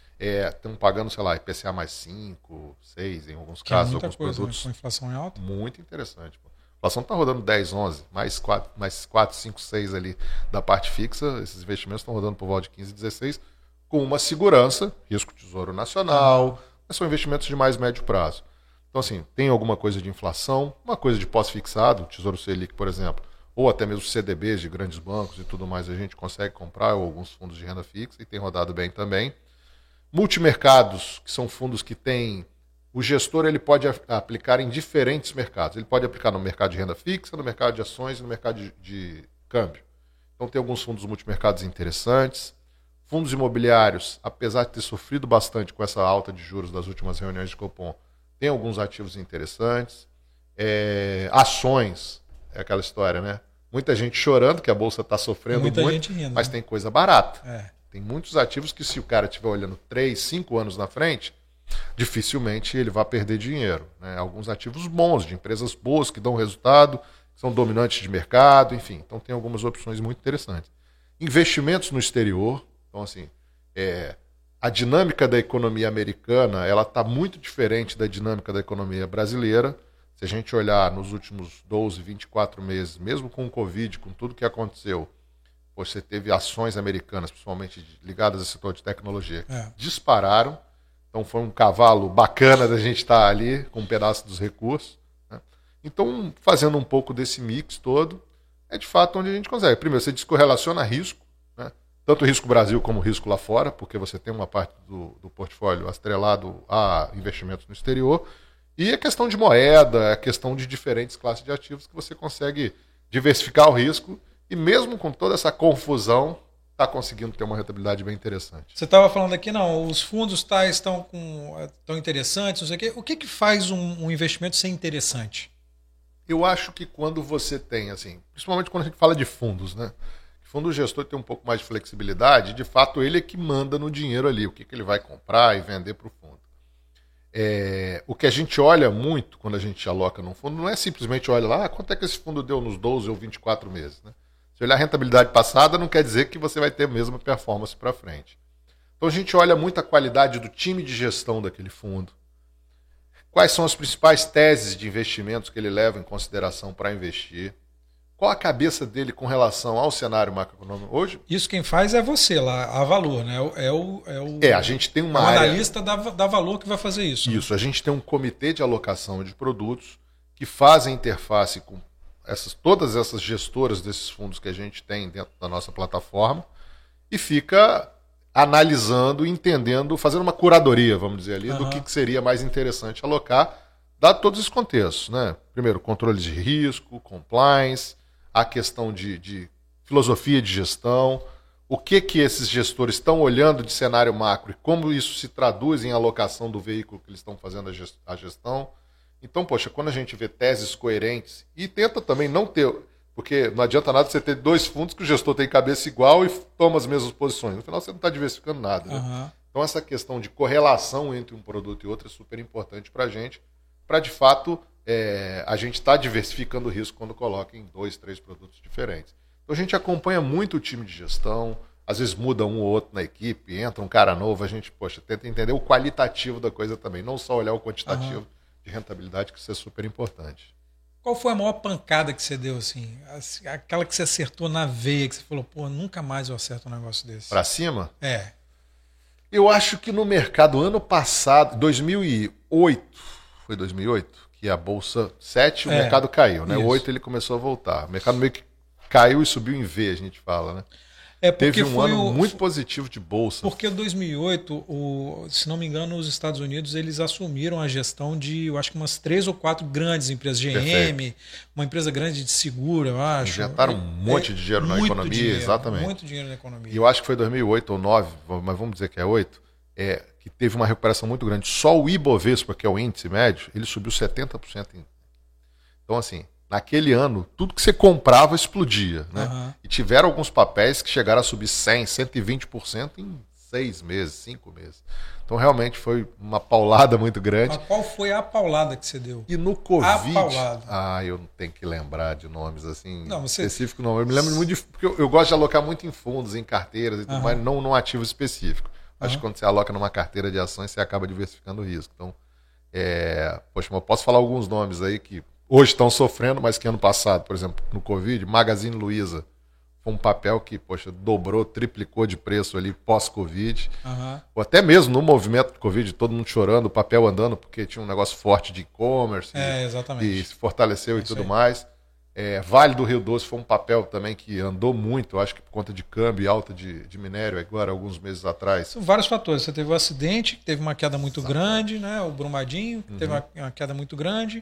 Estão pagando, sei lá, I P C A mais cinco, seis, em alguns Que é casos, muita alguns coisa, né? produtos. Com inflação em alta. Muito interessante. Pô. A inflação está rodando dez, onze, mais quatro, mais quatro, cinco, seis ali da parte fixa. Esses investimentos estão rodando por volta de quinze, dezesseis, com uma segurança, risco Tesouro Nacional, mas são investimentos de mais médio prazo. Então, assim, tem alguma coisa de inflação, uma coisa de pós-fixado, Tesouro Selic, por exemplo, ou até mesmo C D Bs de grandes bancos e tudo mais, a gente consegue comprar, ou alguns fundos de renda fixa, e tem rodado bem também. Multimercados, que são fundos que têm... O gestor ele pode a- aplicar em diferentes mercados. Ele pode aplicar no mercado de renda fixa, no mercado de ações e no mercado de, de câmbio. Então tem alguns fundos multimercados interessantes. Fundos imobiliários, apesar de ter sofrido bastante com essa alta de juros das últimas reuniões de Copom, tem alguns ativos interessantes. É, ações, é aquela história, né? Muita gente chorando que a Bolsa está sofrendo Muita muito, gente rindo, mas né? tem coisa barata. É. Tem muitos ativos que, se o cara estiver olhando três, cinco anos na frente, dificilmente ele vai perder dinheiro. Né? Alguns ativos bons, de empresas boas, que dão resultado, são dominantes de mercado, enfim. Então tem algumas opções muito interessantes. Investimentos no exterior. Então, assim, é, a dinâmica da economia americana ela está muito diferente da dinâmica da economia brasileira. Se a gente olhar nos últimos doze, vinte e quatro meses, mesmo com o Covid, com tudo que aconteceu, você teve ações americanas, principalmente ligadas ao setor de tecnologia, É. dispararam. Então foi um cavalo bacana da gente estar ali com um pedaço dos recursos. Né? Então, fazendo um pouco desse mix todo, é de fato onde a gente consegue. Primeiro, você descorrelaciona risco, né? Tanto o risco Brasil como o risco lá fora, porque você tem uma parte do, do portfólio atrelado a investimentos no exterior. E a questão de moeda, a questão de diferentes classes de ativos que você consegue diversificar o risco. E mesmo com toda essa confusão, está conseguindo ter uma rentabilidade bem interessante. Você estava falando aqui, não, os fundos tais estão com, estão interessantes, não sei o quê. O que, que faz um, um investimento ser interessante? Eu acho que quando você tem, assim, principalmente quando a gente fala de fundos, né? Fundo gestor tem um pouco mais de flexibilidade, de fato ele é que manda no dinheiro ali, o que, que ele vai comprar e vender para o fundo. É, o que a gente olha muito quando a gente aloca num fundo não é simplesmente olha lá, ah, quanto é que esse fundo deu nos doze ou vinte e quatro meses, né? Se olhar a rentabilidade passada, não quer dizer que você vai ter a mesma performance para frente. Então a gente olha muito a qualidade do time de gestão daquele fundo. Quais são as principais teses de investimentos que ele leva em consideração para investir? Qual a cabeça dele com relação ao cenário macroeconômico hoje? Isso quem faz é você lá, a Valor, né? É o, é o, É, a gente tem uma o área... analista da, da Valor que vai fazer isso. Isso, a gente tem um comitê de alocação de produtos que fazem interface com essas, todas essas gestoras desses fundos que a gente tem dentro da nossa plataforma e fica analisando, entendendo, fazendo uma curadoria, vamos dizer ali, uhum. do que, que seria mais interessante alocar, dado todos os contextos, né? Primeiro, controle de risco, compliance, a questão de, de filosofia de gestão, o que, que esses gestores estão olhando de cenário macro e como isso se traduz em alocação do veículo que eles estão fazendo a gestão. Então, poxa, quando a gente vê teses coerentes e tenta também não ter, porque não adianta nada você ter dois fundos que o gestor tem cabeça igual e toma as mesmas posições. No final você não está diversificando nada. Né? Uhum. Então essa questão de correlação entre um produto e outro é super importante para a gente, para de fato é, a gente estar tá diversificando o risco quando coloca em dois, três produtos diferentes. Então a gente acompanha muito o time de gestão, às vezes muda um ou outro na equipe, entra um cara novo, a gente, poxa, tenta entender o qualitativo da coisa também, não só olhar o quantitativo uhum. de rentabilidade, que isso é super importante. Qual foi a maior pancada que você deu, assim? Aquela que você acertou na veia, que você falou, pô, nunca mais eu acerto um negócio desse. Pra cima? É. Eu acho que no mercado, ano passado, dois mil e oito, foi dois mil e oito, que a Bolsa sete, o é, mercado caiu, né? Isso. O oito ele começou a voltar. O mercado meio que caiu e subiu em V, a gente fala, né? É porque Teve um foi ano o, muito positivo de bolsa. Porque em dois mil e oito, o, se não me engano, os Estados Unidos eles assumiram a gestão de, eu acho que umas três ou quatro grandes empresas, G M, Perfeito. Uma empresa grande de seguro, eu acho. Injetaram um monte de dinheiro é, na economia, dinheiro, exatamente. Muito dinheiro na economia. E eu acho que foi dois mil e oito ou dois mil e nove, mas vamos dizer que é oito, é, que teve uma recuperação muito grande. Só o Ibovespa, que é o índice médio, ele subiu setenta por cento. Em... Então, assim... Naquele ano, tudo que você comprava explodia. Né? Uhum. E tiveram alguns papéis que chegaram a subir cem, cento e vinte por cento em seis meses, cinco meses. Então, realmente, foi uma paulada muito grande. Mas qual foi a paulada que você deu? E no Covid... A paulada. Ah, eu não tenho que lembrar de nomes assim não, você... específicos, não. Eu me lembro muito de... Porque eu, eu gosto de alocar muito em fundos, em carteiras e tudo uhum. mais, não num ativo específico. Uhum. Acho que quando você aloca numa carteira de ações, você acaba diversificando o risco. Então, é... poxa, mas eu posso falar alguns nomes aí que... hoje estão sofrendo, mas que ano passado, por exemplo, no Covid, Magazine Luiza foi um papel que, poxa, dobrou, triplicou de preço ali pós-Covid. Uhum. Ou até mesmo no movimento do Covid, todo mundo chorando, o papel andando, porque tinha um negócio forte de e-commerce. É, e, exatamente. E se fortaleceu é e tudo aí. mais. É, Vale do Rio Doce foi um papel também que andou muito, acho que por conta de câmbio e alta de, de minério, agora, alguns meses atrás. São vários fatores. Você teve o acidente, que teve uma queda muito Exato. grande, né? O Brumadinho, que uhum. teve uma, uma queda muito grande.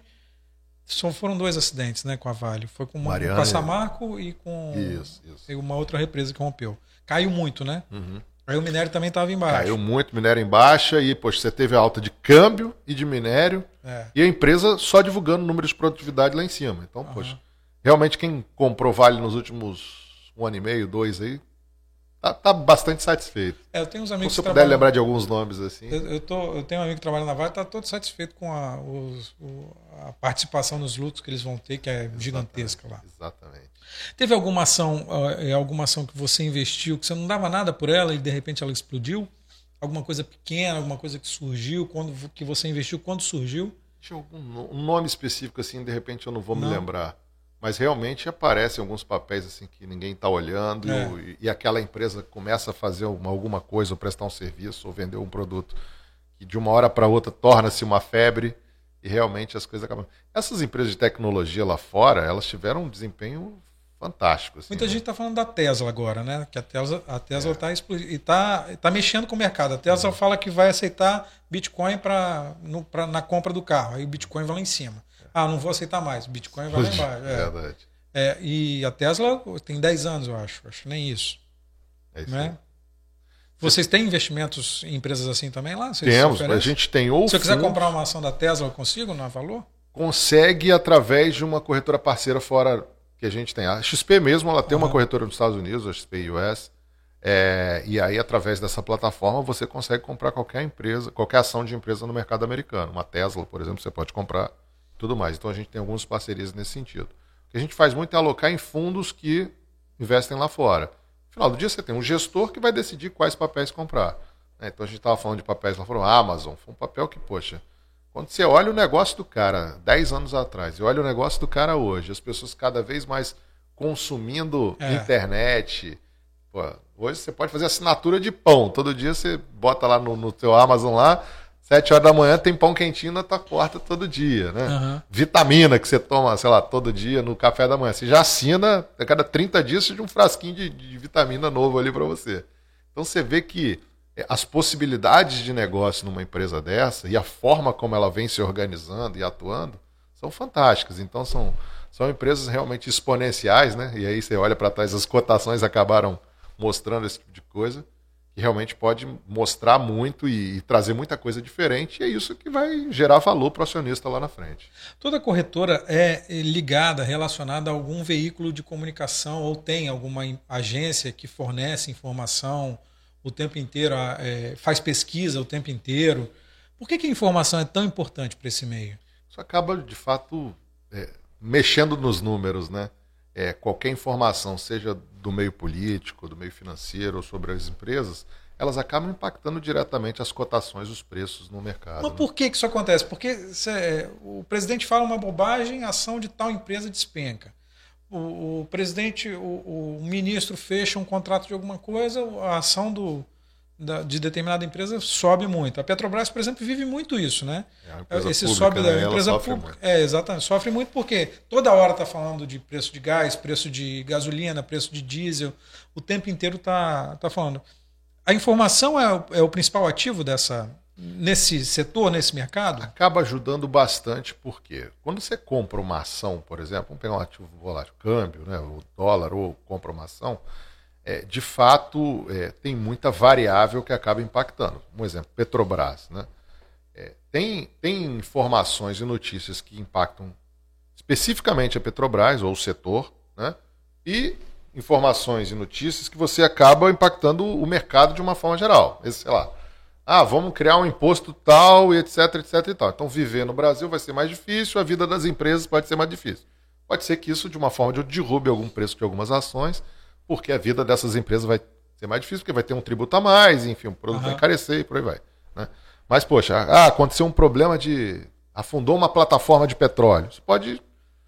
Só foram dois acidentes, né, com a Vale. Foi com, uma, com a Samarco e com isso, isso. E uma outra represa que rompeu. Caiu muito, né? Uhum. Aí o minério também estava embaixo. Caiu muito, minério em baixa e, poxa, você teve a alta de câmbio e de minério é. e a empresa só divulgando números de produtividade lá em cima. Então, uhum. poxa, realmente quem comprou Vale nos últimos um ano e meio, dois aí, tá, tá bastante satisfeito. É, eu tenho uns amigos Se você que puder trabalham... lembrar de alguns nomes assim. Eu, eu, tô, eu tenho um amigo que trabalha na Vale e está todo satisfeito com a, os, o, a participação nos lucros que eles vão ter, que é Exatamente, gigantesca lá. Exatamente. Teve alguma ação, uh, alguma ação que você investiu, que você não dava nada por ela e de repente ela explodiu? Alguma coisa pequena, alguma coisa que surgiu, quando, que você investiu, quando surgiu? Tinha algum um nome específico assim, de repente eu não vou não. me lembrar. Mas realmente aparecem alguns papéis assim que ninguém está olhando é. e, e aquela empresa começa a fazer uma, alguma coisa, ou prestar um serviço, ou vender um produto que de uma hora para outra torna-se uma febre e realmente as coisas acabam. Essas empresas de tecnologia lá fora, elas tiveram um desempenho fantástico. Assim, Muita né? gente está falando da Tesla agora, né? Que a Tesla a Tesla está é. explodindo e está tá mexendo com o mercado. A Tesla uhum. fala que vai aceitar Bitcoin pra, no, pra, na compra do carro. Aí o Bitcoin vai lá em cima. Ah, não vou aceitar mais. Bitcoin vai lá embaixo. É. Verdade. É, e a Tesla tem dez anos, eu acho. Acho que nem isso. É isso né? Vocês têm investimentos em empresas assim também lá? Vocês Temos. A gente tem ou Se eu quiser fundos, comprar uma ação da Tesla, eu consigo na Valor? Consegue através de uma corretora parceira fora que a gente tem. A X P mesmo, ela tem uhum. uma corretora nos Estados Unidos, a X P U S. É, e aí, através dessa plataforma, você consegue comprar qualquer empresa, qualquer ação de empresa no mercado americano. Uma Tesla, por exemplo, você pode comprar tudo mais. Então a gente tem algumas parcerias nesse sentido. O que a gente faz muito é alocar em fundos que investem lá fora. No final do dia você tem um gestor que vai decidir quais papéis comprar. Então a gente estava falando de papéis lá fora, a Amazon, foi um papel que, poxa, quando você olha o negócio do cara dez anos atrás e olha o negócio do cara hoje, as pessoas cada vez mais consumindo é. internet. Pô, hoje você pode fazer assinatura de pão. Todo dia você bota lá no, no teu Amazon lá, sete horas da manhã tem pão quentinho na tua porta todo dia, né? Uhum. Vitamina que você toma, sei lá, todo dia no café da manhã. Você já assina, a cada trinta dias você tem um frasquinho de, de vitamina novo ali para você. Então você vê que as possibilidades de negócio numa empresa dessa e a forma como ela vem se organizando e atuando são fantásticas. Então são, são empresas realmente exponenciais, né? E aí você olha para trás, as cotações acabaram mostrando esse tipo de coisa, que realmente pode mostrar muito e, e trazer muita coisa diferente, e é isso que vai gerar valor para o acionista lá na frente. Toda corretora é ligada, relacionada a algum veículo de comunicação ou tem alguma agência que fornece informação o tempo inteiro, é, faz pesquisa o tempo inteiro. Por que, que a informação é tão importante para esse meio? Isso acaba, de fato, é, mexendo nos números, né? É, qualquer informação, seja do meio político, do meio financeiro ou sobre as empresas, elas acabam impactando diretamente as cotações, os preços no mercado. Mas né? por que, que isso acontece? Porque cê, o presidente fala uma bobagem, a ação de tal empresa despenca. O, o presidente, o, o ministro fecha um contrato de alguma coisa, a ação do, da, de determinada empresa sobe muito. A Petrobras, por exemplo, vive muito isso, né? É Esse pública, sobe da né? empresa sofre pública. muito. É, exatamente. Sofre muito porque toda hora está falando de preço de gás, preço de gasolina, preço de diesel. O tempo inteiro está tá falando. A informação é o, é o principal ativo dessa, nesse setor, nesse mercado? Acaba ajudando bastante, porque quando você compra uma ação, por exemplo, vamos pegar um ativo volátil, câmbio, né, o dólar, ou compra uma ação, é, de fato é, tem muita variável que acaba impactando. Um exemplo, Petrobras. Né? É, tem, tem informações e notícias que impactam especificamente a Petrobras, ou o setor, né? E informações e notícias que você acaba impactando o mercado de uma forma geral. Esse, sei lá, ah, vamos criar um imposto tal, e etc, etc e tal. Então, viver no Brasil vai ser mais difícil, a vida das empresas pode ser mais difícil. Pode ser que isso, de uma forma, de derrube algum preço de algumas ações, porque a vida dessas empresas vai ser mais difícil, porque vai ter um tributo a mais, enfim, o produto uhum. vai encarecer e por aí vai. Né? Mas, poxa, ah, aconteceu um problema de... afundou uma plataforma de petróleo. Isso pode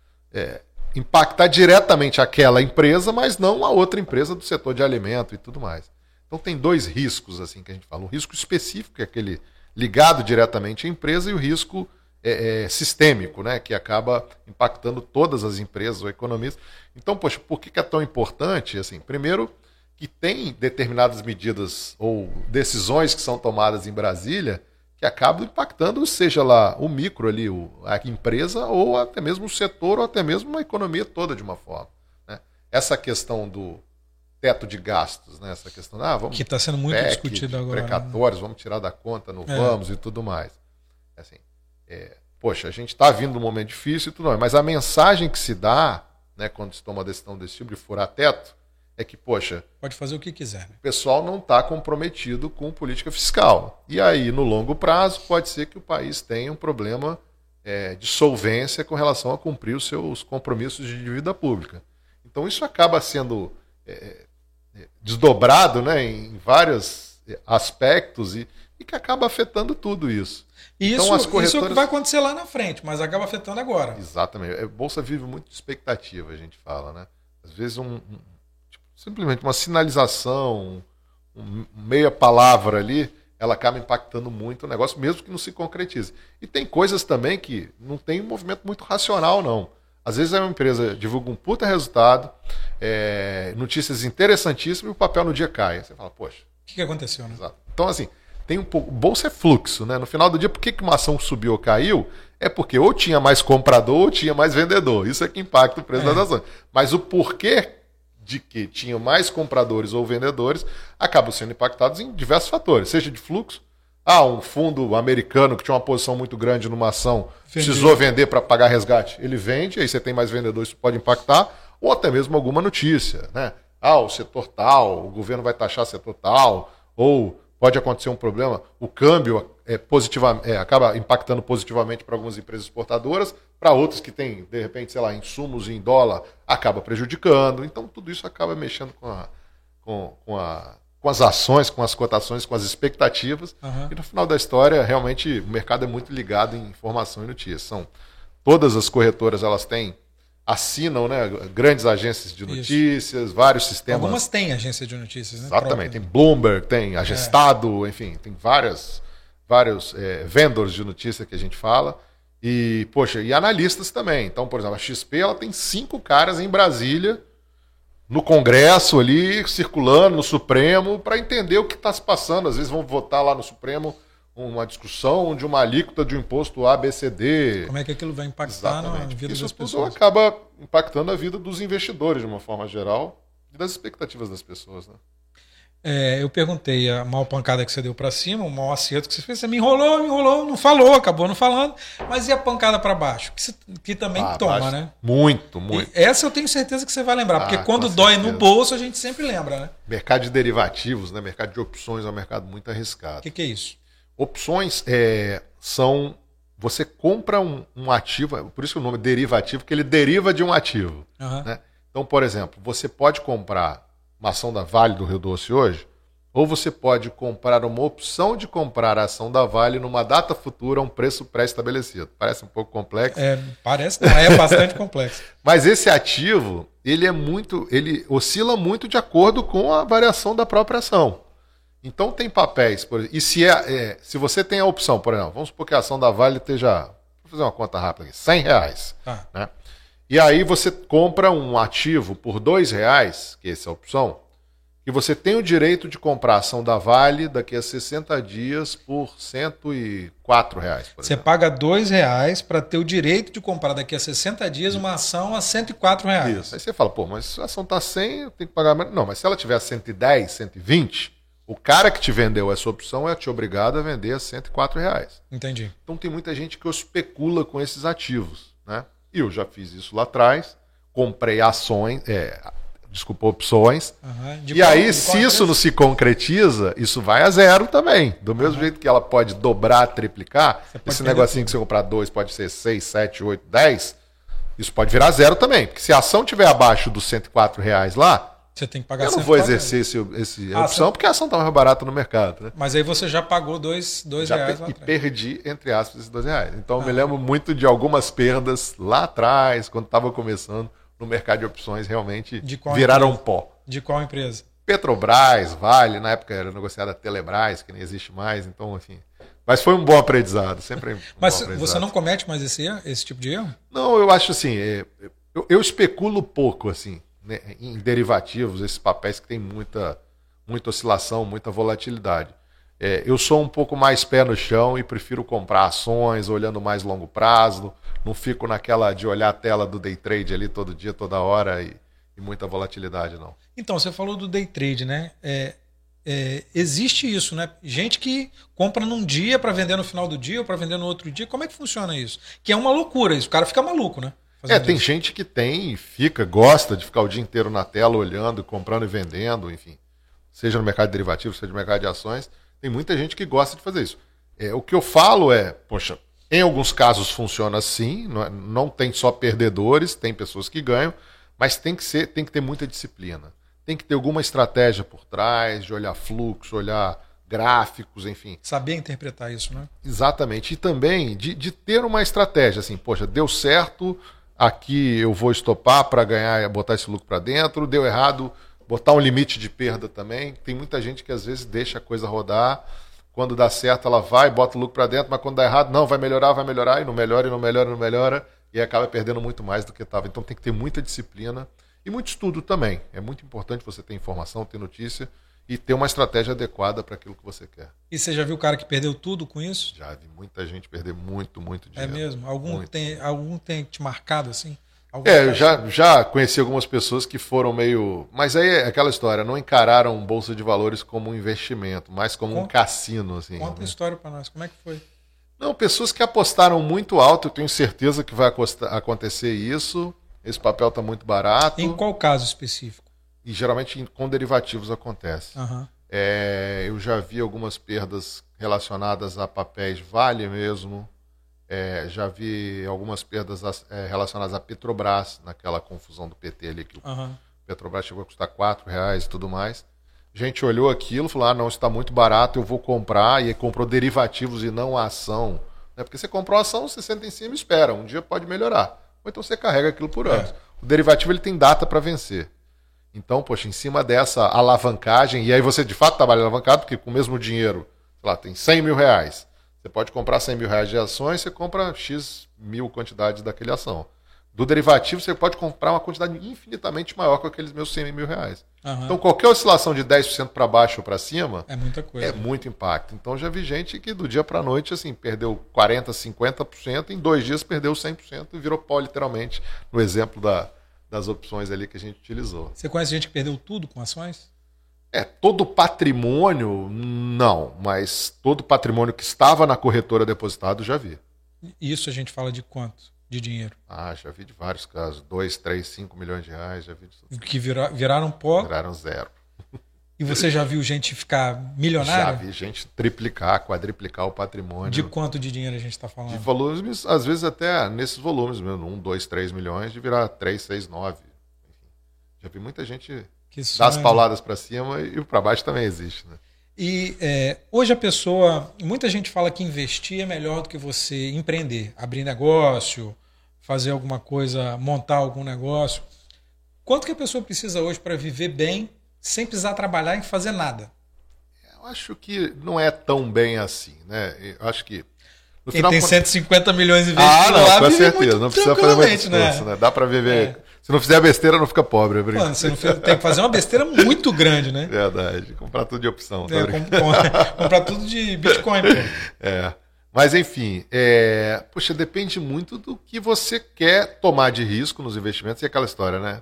é, impactar diretamente aquela empresa, mas não a outra empresa do setor de alimento e tudo mais. Então tem dois riscos, assim, que a gente fala. O risco específico, que é aquele ligado diretamente à empresa, e o risco é, é, sistêmico, né, que acaba impactando todas as empresas ou economias. Então, poxa, por que é tão importante? Assim, primeiro, que tem determinadas medidas ou decisões que são tomadas em Brasília que acabam impactando, seja lá o micro ali, o, a empresa, ou até mesmo o setor, ou até mesmo a economia toda de uma forma. Né? Essa questão do teto de gastos, né? Essa questão, ah, vamos, que está sendo muito P E C, discutido agora. Precatórios, né? Vamos tirar da conta, não é. vamos e tudo mais. Assim, é, poxa, a gente está vindo num momento difícil e tudo mais, mas a mensagem que se dá, né, quando se toma a decisão desse tipo de furar teto, é que, poxa, pode fazer o que quiser. Né? O pessoal não está comprometido com política fiscal. E aí, no longo prazo, pode ser que o país tenha um problema é, de solvência com relação a cumprir os seus compromissos de dívida pública. Então, isso acaba sendo é, desdobrado, né, em vários aspectos e, e que acaba afetando tudo isso. E então, isso, as corretoras... isso é o que vai acontecer lá na frente, mas acaba afetando agora. Exatamente. A Bolsa vive muito de expectativa, a gente fala, né? Às vezes um... um simplesmente uma sinalização, um, meia palavra ali, ela acaba impactando muito o negócio, mesmo que não se concretize. E tem coisas também que não tem um movimento muito racional, não. Às vezes uma empresa divulga um puta resultado, é, notícias interessantíssimas, e o papel no dia cai. Aí você fala, poxa... O que, que aconteceu, né? Exato. Então, assim, tem um pouco... Bolsa é fluxo, né? No final do dia, por que que uma ação subiu ou caiu? É porque ou tinha mais comprador ou tinha mais vendedor. Isso é que impacta o preço é. das ações. Mas o porquê de que tinham mais compradores ou vendedores, acabam sendo impactados em diversos fatores, seja de fluxo, ah, um fundo americano que tinha uma posição muito grande numa ação, Vendeu. precisou vender para pagar resgate, ele vende, aí você tem mais vendedores, isso pode impactar, ou até mesmo alguma notícia, né? Ah, o setor tal, o governo vai taxar setor tal, ou pode acontecer um problema, o câmbio é, positiva, é, acaba impactando positivamente para algumas empresas exportadoras, para outras que têm, de repente, sei lá, insumos em dólar, acaba prejudicando. Então, tudo isso acaba mexendo com, a, com, com, a, com as ações, com as cotações, com as expectativas. Uhum. E no final da história, realmente, o mercado é muito ligado em informação e notícias. São, todas as corretoras, elas têm, assinam, né, grandes agências de notícias, isso. vários sistemas. Algumas têm agência de notícias, né? Exatamente. Próprio. Tem Bloomberg, tem Agestado, é. enfim, tem várias, vários é, vendors de notícia que a gente fala. E, poxa, e analistas também. Então, por exemplo, a X P ela tem cinco caras em Brasília, no Congresso ali, circulando, no Supremo, para entender o que está se passando. Às vezes vão votar lá no Supremo uma discussão de uma alíquota de um imposto A B C D. Como é que aquilo vai impactar Exatamente. na vida Isso das tudo pessoas? acaba impactando a vida dos investidores de uma forma geral e das expectativas das pessoas, né? É, eu perguntei a maior pancada que você deu para cima, o maior acerto que você fez, você me enrolou, me enrolou, não falou, acabou não falando, mas e a pancada para baixo? Que, você, que também Ah, toma, baixo. né? Muito, muito. E essa eu tenho certeza que você vai lembrar, Ah, porque quando com dói certeza. no bolso, a gente sempre lembra, né? Mercado de derivativos, né? Mercado de opções é um mercado muito O arriscado. que, que é isso? Opções é, são... Você compra um, um ativo, por isso que o nome é derivativo, porque ele deriva de um ativo. Uhum. Né? Então, por exemplo, você pode comprar uma ação da Vale do Rio Doce hoje, ou você pode comprar uma opção de comprar a ação da Vale numa data futura a um preço pré-estabelecido. Parece um pouco complexo. É, parece, não, é bastante complexo. Mas esse ativo, ele é muito, ele oscila muito de acordo com a variação da própria ação. Então tem papéis, por exemplo, e se, é, é, se você tem a opção, por exemplo, vamos supor que a ação da Vale esteja, vou fazer uma conta rápida aqui, cem reais. Tá. Né? E aí você compra um ativo por dois reais, que essa é a opção, e você tem o direito de comprar a ação da Vale daqui a sessenta dias por cento e quatro reais. Por Você exemplo. paga dois reais para ter o direito de comprar daqui a sessenta dias uma ação a cento e quatro reais. Isso. Aí você fala, pô, mas a ação está cem, eu tenho que pagar mais. Não, mas se ela tiver cento e dez, cento e vinte, o cara que te vendeu essa opção é te obrigado a vender a cento e quatro reais. Entendi. Então tem muita gente que especula com esses ativos, né? E eu já fiz isso lá atrás, comprei ações, é, desculpa, opções. Uhum. E qual, aí, se isso empresa? Não se concretiza, isso vai a zero também. Do mesmo uhum. jeito que ela pode dobrar, triplicar, esse negocinho tudo. Que você comprar dois pode ser seis, sete, oito, dez, isso pode virar zero também. Porque se a ação estiver abaixo dos cento e quatro reais lá, você tem que pagar eu não vou exercer esse, esse ah, opção, você... porque a ação está mais barata no mercado. Né? Mas aí você já pagou dois, dois já reais pe... lá E atrás. perdi, entre aspas, esses dois reais. Então ah. eu me lembro muito de algumas perdas lá atrás, quando estava começando no mercado de opções, realmente viraram empresa? pó. De qual empresa? Petrobras, Vale, na época era negociada a Telebrás, que nem existe mais, então, enfim. Mas foi um bom aprendizado, sempre um Mas bom você não comete mais esse erro, esse tipo de erro? Não, eu acho assim, eu, eu especulo pouco, assim, né, em derivativos, esses papéis que tem muita, muita oscilação, muita volatilidade. É, eu sou um pouco mais pé no chão e prefiro comprar ações, olhando mais longo prazo, não fico naquela de olhar a tela do day trade ali todo dia, toda hora e, e muita volatilidade, não. Então, você falou do day trade, né? É, é, existe isso, né? Gente que compra num dia para vender no final do dia ou para vender no outro dia. Como é que funciona isso? Que é uma loucura isso. O cara fica maluco, né? É, tem isso. Gente que tem e fica, gosta de ficar o dia inteiro na tela olhando, comprando e vendendo, enfim. Seja no mercado de derivativos, seja no mercado de ações. Tem muita gente que gosta de fazer isso. É, o que eu falo é, poxa, em alguns casos funciona assim, não, não tem só perdedores, tem pessoas que ganham, mas tem que ser, tem que ter muita disciplina. Tem que ter alguma estratégia por trás, de olhar fluxo, olhar gráficos, enfim. Saber interpretar isso, né? Exatamente. E também de, de ter uma estratégia, assim, poxa, deu certo, aqui eu vou estopar para ganhar, botar esse lucro para dentro, deu errado, botar um limite de perda também. Tem muita gente que às vezes deixa a coisa rodar, quando dá certo ela vai, bota o lucro para dentro, mas quando dá errado, não, vai melhorar, vai melhorar, e não melhora, e não melhora, e não melhora, e acaba perdendo muito mais do que estava. Então tem que ter muita disciplina e muito estudo também. É muito importante você ter informação, ter notícia e ter uma estratégia adequada para aquilo que você quer. E você já viu o cara que perdeu tudo com isso? Já vi muita gente perder muito, muito dinheiro. É mesmo? Algum, muito. tem, algum tem te marcado assim? Algum É, eu já, já conheci algumas pessoas que foram meio... Mas aí é aquela história, não encararam Bolsa de Valores como um investimento, mas como conta, um cassino. Assim, conta né? a história para nós, como é que foi? Não, pessoas que apostaram muito alto, eu tenho certeza que vai acontecer isso, esse papel está muito barato. Em qual caso específico? E geralmente com derivativos acontece. Uhum. É, eu já vi algumas perdas relacionadas a papéis Vale mesmo. É, já vi algumas perdas é, relacionadas a Petrobras, naquela confusão do P T ali, que uhum. o Petrobras chegou a custar quatro reais e tudo mais. A gente olhou aquilo e falou, ah, não, isso está muito barato, eu vou comprar, e aí comprou derivativos e não a ação. Né? Porque você comprou a ação, você senta em cima e espera, um dia pode melhorar. Ou então você carrega aquilo por anos. É. O derivativo ele tem data para vencer. Então, poxa, em cima dessa alavancagem, e aí você de fato trabalha alavancado, porque com o mesmo dinheiro, sei lá, tem cem mil reais. Você pode comprar cem mil reais de ações, você compra X mil quantidades daquele ação. Do derivativo, você pode comprar uma quantidade infinitamente maior que aqueles meus cem mil reais. Uhum. Então, qualquer oscilação de dez por cento para baixo ou para cima é muita coisa. É muito impacto. Então, já vi gente que do dia para a noite assim, perdeu quarenta por cento, cinquenta por cento, em dois dias perdeu cem por cento e virou pó, literalmente, no exemplo da, das opções ali que a gente utilizou. Você conhece gente que perdeu tudo com ações? É, todo patrimônio, não, mas todo patrimônio que estava na corretora depositado, já vi. Isso a gente fala de quanto? De dinheiro? Ah, já vi de vários casos. dois, três, cinco milhões de reais, já vi de... Que vira, viraram pó? Viraram zero. E você já viu gente ficar milionária? Já vi gente triplicar, quadriplicar o patrimônio. De quanto de dinheiro a gente está falando? De volumes, às vezes até nesses volumes mesmo, um, dois, três milhões, de virar três, seis, nove. Enfim, já vi muita gente dar as pauladas para cima e para baixo também existe, né? E é, hoje a pessoa, muita gente fala que investir é melhor do que você empreender, abrir negócio, fazer alguma coisa, montar algum negócio. Quanto que a pessoa precisa hoje para viver bem, sem precisar trabalhar e fazer nada? Eu acho que não é tão bem assim, né? Eu acho que no Quem final, tem cento e cinquenta milhões investidos ah, não, lá, com vive certeza, muito não precisa fazer muito né? esforço, né? Dá para viver. É. Se não fizer besteira, não fica pobre. É Mano, você não fez, tem que fazer uma besteira muito grande, né? Verdade. Comprar tudo de opção. Tá é, com, com, comprar tudo de Bitcoin, pô. É. Mas, enfim, é... poxa, depende muito do que você quer tomar de risco nos investimentos e aquela história, né?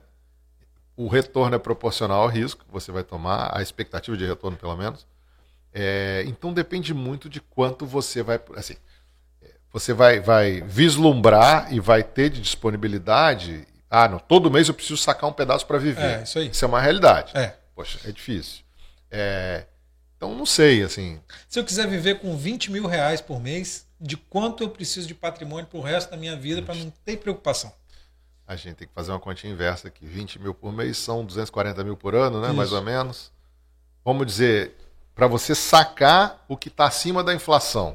O retorno é proporcional ao risco que você vai tomar, a expectativa de retorno, pelo menos. É... Então, depende muito de quanto você vai... Assim, você vai, vai vislumbrar e vai ter de disponibilidade... Ah, não, todo mês eu preciso sacar um pedaço para viver. É, isso aí. Isso é uma realidade. É. Poxa, é difícil. É... Então, não sei, assim... Se eu quiser viver com vinte mil reais por mês, de quanto eu preciso de patrimônio para o resto da minha vida para não ter preocupação? A gente tem que fazer uma continha inversa aqui. vinte mil por mês são duzentos e quarenta mil por ano, né? Isso. Mais ou menos. Vamos dizer, para você sacar o que está acima da inflação.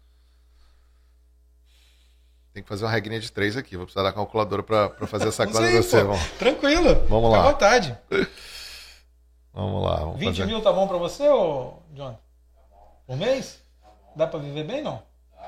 Tem que fazer uma regrinha de três aqui. Vou precisar da calculadora para fazer essa conta para você. Vamos. Tranquilo. Vamos lá. Fica à vontade. Vamos lá. Vamos vinte fazer. mil tá bom para você, ô John? Por mês? Dá para viver bem, não?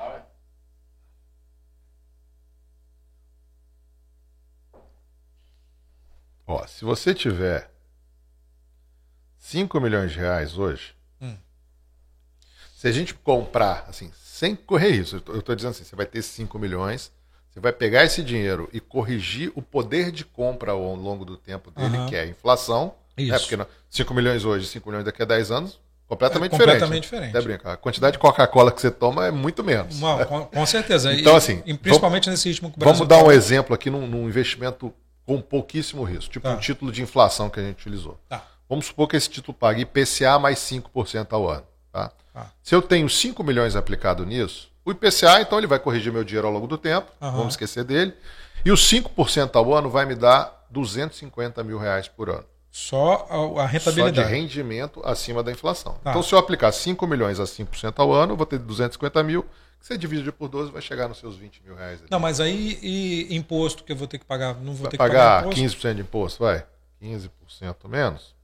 Ó, se você tiver cinco milhões de reais hoje, hum. se a gente comprar, assim, sem correr isso, eu estou dizendo assim, você vai ter cinco milhões, você vai pegar esse dinheiro e corrigir o poder de compra ao longo do tempo dele, uhum. que é a inflação. Isso. É, porque cinco milhões hoje, cinco milhões daqui a dez anos, completamente é diferente. Completamente diferente. Até brincar. A quantidade de Coca-Cola que você toma é muito menos. Uma, com, com certeza. Então, e, assim, e principalmente vamos, nesse ritmo que o Brasil vamos dar um tá... exemplo aqui num, num investimento com pouquíssimo risco, tipo tá. um título de inflação que a gente utilizou. Tá. Vamos supor que esse título pague I P C A mais cinco por cento ao ano. Tá? Tá. Se eu tenho cinco milhões aplicado nisso, o I P C A, então, ele vai corrigir meu dinheiro ao longo do tempo, uhum. vamos esquecer dele, e os cinco por cento ao ano vai me dar duzentos e cinquenta mil reais por ano. Só a, a rentabilidade. Só de rendimento acima da inflação. Tá. Então, se eu aplicar cinco milhões a cinco por cento ao ano, eu vou ter duzentos e cinquenta mil, que você divide por doze, vai chegar nos seus vinte mil reais. Ali. Não, mas aí e imposto que eu vou ter que pagar? Não vou vai ter pagar que pagar imposto? quinze por cento de imposto, vai? quinze por cento menos?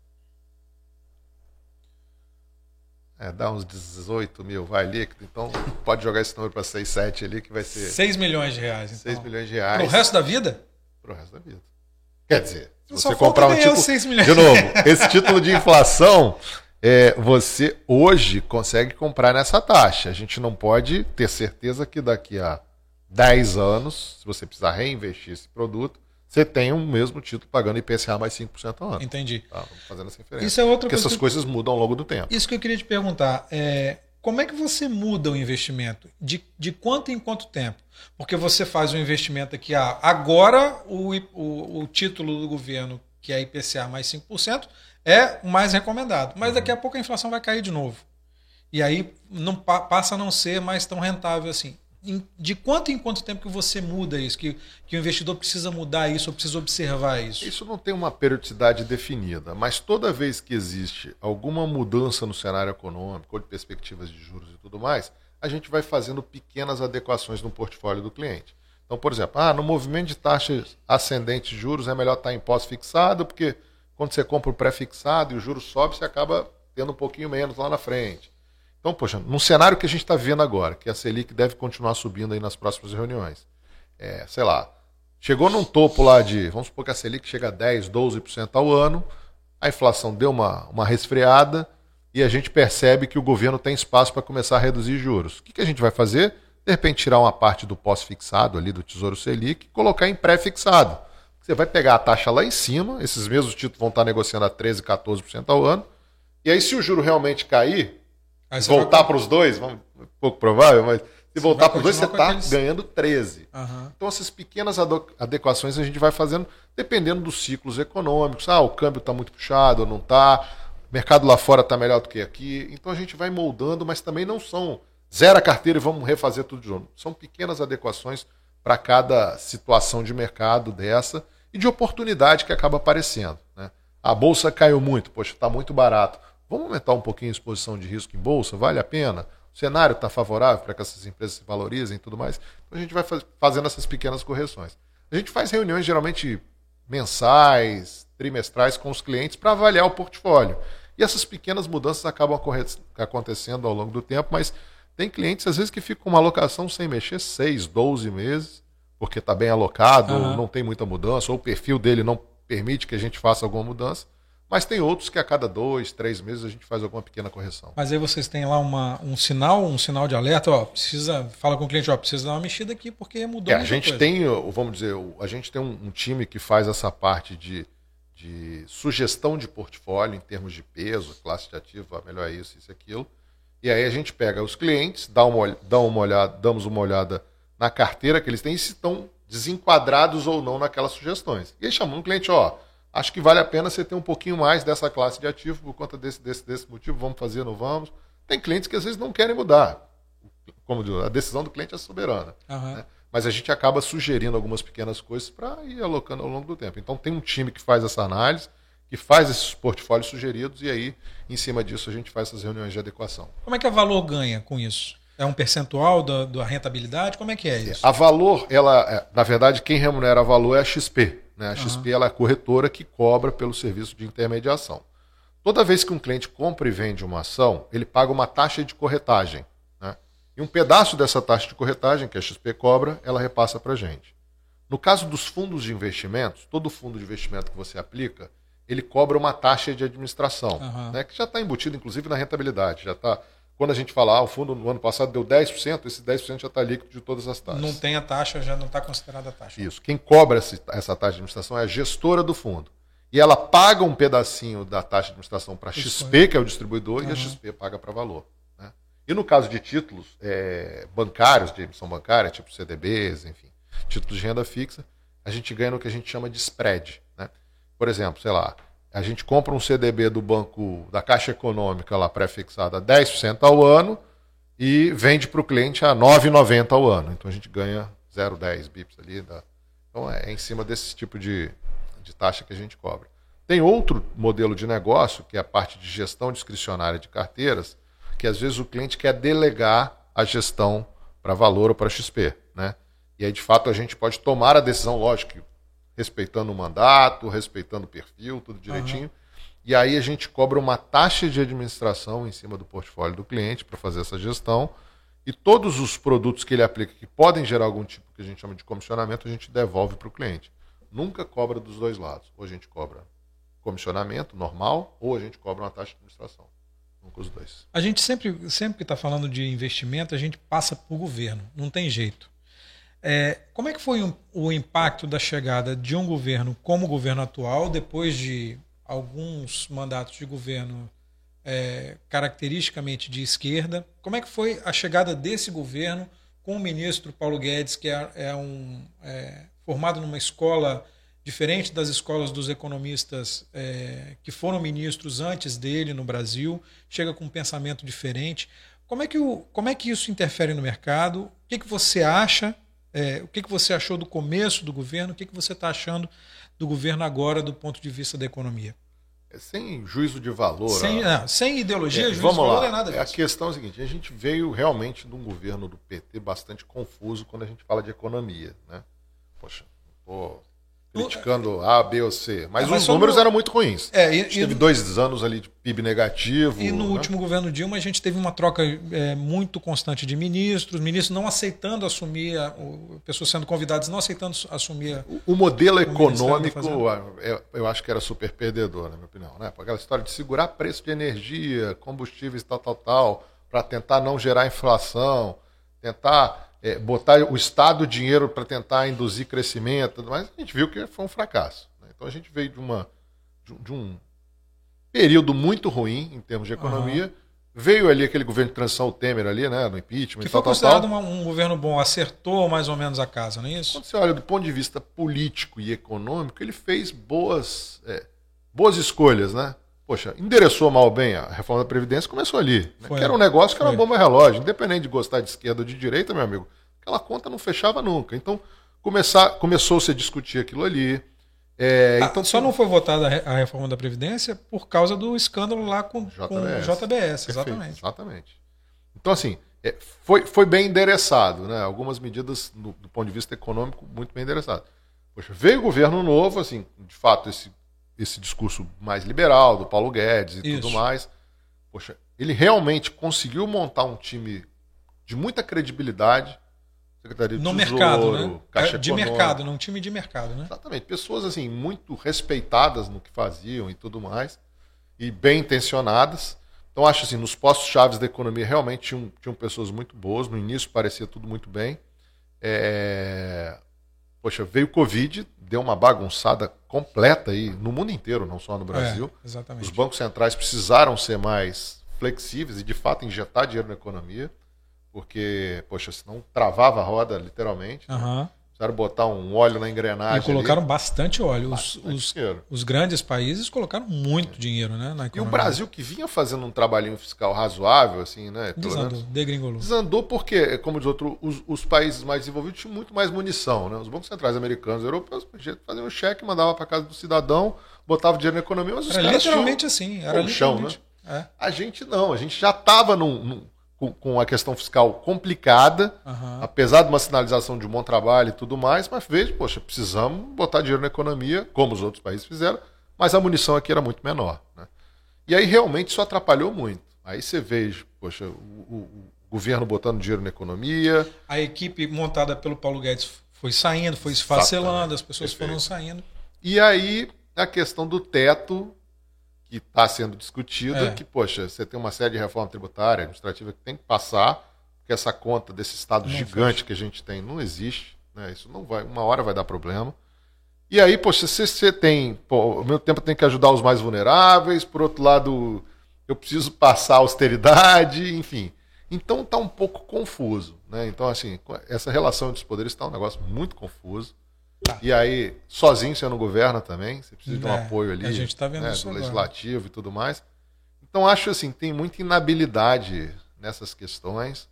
É, dá uns dezoito mil, vai ali. Então, pode jogar esse número para seis, sete ali, que vai ser... seis milhões de reais, então. seis milhões de reais. Pro resto da vida? Pro resto da vida. Quer dizer, se Só você comprar um título... De novo, esse título de inflação, é, você hoje consegue comprar nessa taxa. A gente não pode ter certeza que daqui a dez anos, se você precisar reinvestir esse produto, você tem o mesmo título pagando I P C A mais cinco por cento ao ano. Entendi. Tá, vamos fazendo essa diferença. Isso é outra Porque coisa essas que... coisas mudam ao longo do tempo. Isso que eu queria te perguntar. É... Como é que você muda o investimento? De, de quanto em quanto tempo? Porque você faz um investimento aqui, ah, agora o, o, o título do governo, que é I P C A mais cinco por cento, é o mais recomendado. Mas daqui a pouco a inflação vai cair de novo. E aí não, passa a não ser mais tão rentável assim. De quanto em quanto tempo que você muda isso? Que, que o investidor precisa mudar isso ou precisa observar isso? Isso não tem uma periodicidade definida, mas toda vez que existe alguma mudança no cenário econômico ou de perspectivas de juros e tudo mais, a gente vai fazendo pequenas adequações no portfólio do cliente. Então, por exemplo, ah, no movimento de taxas ascendentes de juros é melhor estar em pós-fixado, porque quando você compra o pré-fixado e o juro sobe, você acaba tendo um pouquinho menos lá na frente. Então, poxa, num cenário que a gente está vendo agora, que a Selic deve continuar subindo aí nas próximas reuniões, é, sei lá, Chegou num topo lá de, vamos supor que a Selic chega a dez, doze por cento ao ano, a inflação deu uma, uma resfriada e a gente percebe que o governo tem espaço para começar a reduzir juros. O que, que a gente vai fazer? De repente tirar uma parte do pós-fixado ali do Tesouro Selic e colocar em pré-fixado. Você vai pegar a taxa lá em cima, esses mesmos títulos vão estar negociando a treze, quatorze por cento ao ano, e aí se o juro realmente cair, voltar vai... para os dois, vamos, pouco provável, mas se você voltar para os dois, você está aqueles... ganhando treze. Uhum. Então essas pequenas adequações a gente vai fazendo dependendo dos ciclos econômicos. Ah, o câmbio está muito puxado ou não está, o mercado lá fora está melhor do que aqui. Então a gente vai moldando, mas também não são zero a carteira e vamos refazer tudo de novo. São pequenas adequações para cada situação de mercado dessa e de oportunidade que acaba aparecendo, né? A bolsa caiu muito, poxa, está muito barato. Vamos aumentar um pouquinho a exposição de risco em bolsa? Vale a pena? O cenário está favorável para que essas empresas se valorizem e tudo mais? Então a gente vai faz, fazendo essas pequenas correções. A gente faz reuniões geralmente mensais, trimestrais com os clientes para avaliar o portfólio. E essas pequenas mudanças acabam acontecendo ao longo do tempo, mas tem clientes, às vezes, que ficam com uma alocação sem mexer seis, doze meses, porque está bem alocado, uhum. não tem muita mudança, ou o perfil dele não permite que a gente faça alguma mudança. Mas tem outros que a cada dois, três meses a gente faz alguma pequena correção. Mas aí vocês têm lá uma, um sinal, um sinal de alerta, ó, precisa, fala com o cliente, ó, precisa dar uma mexida aqui porque mudou é, muita a gente coisa. tem, vamos dizer, a gente tem um, um time que faz essa parte de, de sugestão de portfólio em termos de peso, classe de ativo, ah, melhor isso, isso, aquilo. E aí a gente pega os clientes, dá uma, dá uma olhada, damos uma olhada na carteira que eles têm e se estão desenquadrados ou não naquelas sugestões. E aí chamamos o cliente, ó, acho que vale a pena você ter um pouquinho mais dessa classe de ativo por conta desse, desse, desse motivo, vamos fazer, não vamos. Tem clientes que às vezes não querem mudar. Como digo, a decisão do cliente é soberana. Uhum. Né? Mas a gente acaba sugerindo algumas pequenas coisas para ir alocando ao longo do tempo. Então tem um time que faz essa análise, que faz esses portfólios sugeridos e aí, em cima disso, a gente faz essas reuniões de adequação. Como é que a Valor ganha com isso? É um percentual da, da rentabilidade? Como é que é isso? A Valor, ela, na verdade, quem remunera a Valor é a X P. Né? A X P uhum. ela é a corretora que cobra pelo serviço de intermediação. Toda vez que um cliente compra e vende uma ação, ele paga uma taxa de corretagem. Né? E um pedaço dessa taxa de corretagem que a X P cobra, ela repassa para a gente. No caso dos fundos de investimentos, todo fundo de investimento que você aplica, ele cobra uma taxa de administração, uhum. né? Que já está embutido, inclusive, na rentabilidade. Já tá, quando a gente fala, ah, o fundo no ano passado deu dez por cento, esse dez por cento já está líquido de todas as taxas. Não tem a taxa, já não está considerada a taxa. Isso. Quem cobra essa taxa de administração é a gestora do fundo. E ela paga um pedacinho da taxa de administração para a X P, que é o distribuidor, uhum. e a X P paga para Valor. Né? E no caso de títulos é, bancários, de emissão bancária, tipo C D Bs, enfim, títulos de renda fixa, a gente ganha no que a gente chama de spread. Né? Por exemplo, sei lá, a gente compra um C D B do banco, da Caixa Econômica lá pré-fixado a dez por cento ao ano e vende para o cliente a nove vírgula noventa ao ano. Então a gente ganha zero vírgula dez bips ali. Da... Então é em cima desse tipo de, de taxa que a gente cobra. Tem outro modelo de negócio, que é a parte de gestão discricionária de carteiras, que às vezes o cliente quer delegar a gestão para Valor ou para X P. Né? E aí, de fato, a gente pode tomar a decisão, lógico, respeitando o mandato, respeitando o perfil, tudo direitinho. Uhum. E aí a gente cobra uma taxa de administração em cima do portfólio do cliente para fazer essa gestão. E todos os produtos que ele aplica que podem gerar algum tipo que a gente chama de comissionamento, a gente devolve para o cliente. Nunca cobra dos dois lados. Ou a gente cobra comissionamento normal, ou a gente cobra uma taxa de administração. Nunca os dois. A gente sempre, sempre que está falando de investimento, a gente passa por governo. Não tem jeito. É, como é que foi um, o impacto da chegada de um governo como o governo atual, depois de alguns mandatos de governo é, caracteristicamente de esquerda? Como é que foi a chegada desse governo com o ministro Paulo Guedes, que é, é, um, é formado numa escola diferente das escolas dos economistas é, que foram ministros antes dele no Brasil, chega com um pensamento diferente. Como é que, o, como é que isso interfere no mercado? O que, que você acha? É, o que, que você achou do começo do governo? O que, que você está achando do governo agora do ponto de vista da economia? É sem juízo de valor. Sem, a... não, sem ideologia, é, juízo vamos de valor lá. é nada disso. A questão é a seguinte, a gente veio realmente de um governo do P T bastante confuso quando a gente fala de economia. Né? Poxa, pô, criticando A, B ou C. Mas, mas os números no... eram muito ruins. É, e, a gente teve e... dois anos ali de P I B negativo. E no né? último governo Dilma a gente teve uma troca é, muito constante de ministros, ministros não aceitando assumir, a, o, pessoas sendo convidadas não aceitando assumir. A, o, o modelo o econômico, eu, eu acho que era super perdedor, na minha opinião. Né? Aquela história de segurar preço de energia, combustíveis, tal, tal, tal, para tentar não gerar inflação, tentar... É, botar o Estado dinheiro para tentar induzir crescimento, mas a gente viu que foi um fracasso. Né? Então a gente veio de, uma, de, de um período muito ruim em termos de economia. Uhum. Veio ali aquele governo de transição, o Temer ali, né, no impeachment. Que tal, foi considerado tal, tal. Uma, um governo bom, acertou mais ou menos a casa, não é isso? Quando você olha do ponto de vista político e econômico, ele fez boas, é, boas escolhas, né? Poxa, endereçou mal bem a reforma da Previdência, começou ali. Né? Que era um negócio que era uma bomba relógio. Independente de gostar de esquerda ou de direita, meu amigo, aquela conta não fechava nunca. Então, começar, começou-se a discutir aquilo ali. É, ah, então, só não foi votada a reforma da Previdência por causa do escândalo lá com, J B S. com o J B S, Perfeito, exatamente. Exatamente. Então, assim, é, foi, foi bem endereçado, né? Algumas medidas, do, do ponto de vista econômico, muito bem endereçado. Poxa, veio o governo novo, assim, de fato, esse... esse discurso mais liberal do Paulo Guedes e Isso. tudo mais. Poxa, ele realmente conseguiu montar um time de muita credibilidade. Secretaria de no Tesouro, mercado, né? Caixa de Econômica. mercado, não um time de mercado, né? Exatamente. Pessoas assim muito respeitadas no que faziam e tudo mais e bem intencionadas. Então acho assim, nos postos chaves da economia realmente tinham, tinham pessoas muito boas. No início parecia tudo muito bem. É... Poxa, veio o Covid, deu uma bagunçada completa aí no mundo inteiro, não só no Brasil. É, exatamente. Os bancos centrais precisaram ser mais flexíveis e, de fato, injetar dinheiro na economia, porque, poxa, senão travava a roda, literalmente. Uhum. Né? Precisaram botar um óleo na engrenagem. E colocaram ali. bastante óleo. Bastante os, os, os grandes países colocaram muito é. dinheiro, né, na economia. E o Brasil, que vinha fazendo um trabalhinho fiscal razoável, assim, né? Desandou, degringolou. Desandou porque, como diz outro, os, os países mais desenvolvidos tinham muito mais munição, né? Os bancos centrais americanos e europeus faziam um cheque, mandavam para casa do cidadão, botavam dinheiro na economia, mas os era caras literalmente tinham assim. Era chão, literalmente. Né? É. A gente não, a gente já estava num, num, com, com a questão fiscal complicada, uhum. apesar de uma sinalização de um bom trabalho e tudo mais, mas veja, poxa, precisamos botar dinheiro na economia, como os outros países fizeram, mas a munição aqui era muito menor. Né? E aí realmente isso atrapalhou muito. Aí você veja, poxa, o, o, o governo botando dinheiro na economia. A equipe montada pelo Paulo Guedes foi saindo, foi esfacelando, as pessoas Perfeito. foram saindo. E aí a questão do teto, que está sendo discutida, é. que, poxa, você tem uma série de reforma tributária, administrativa, que tem que passar, porque essa conta desse Estado não gigante fecha. que a gente tem não existe. Né? Isso não vai, uma hora vai dar problema. E aí, poxa, se você tem, pô, ao mesmo tempo tem que ajudar os mais vulneráveis, por outro lado, eu preciso passar austeridade, enfim. Então está um pouco confuso. Né? Então, assim, essa relação entre os poderes está um negócio muito confuso. Tá. E aí, sozinho você não governa também, você precisa é, de um apoio ali, a gente tá vendo né, isso do agora. legislativo e tudo mais. Então, acho assim, tem muita inabilidade nessas questões.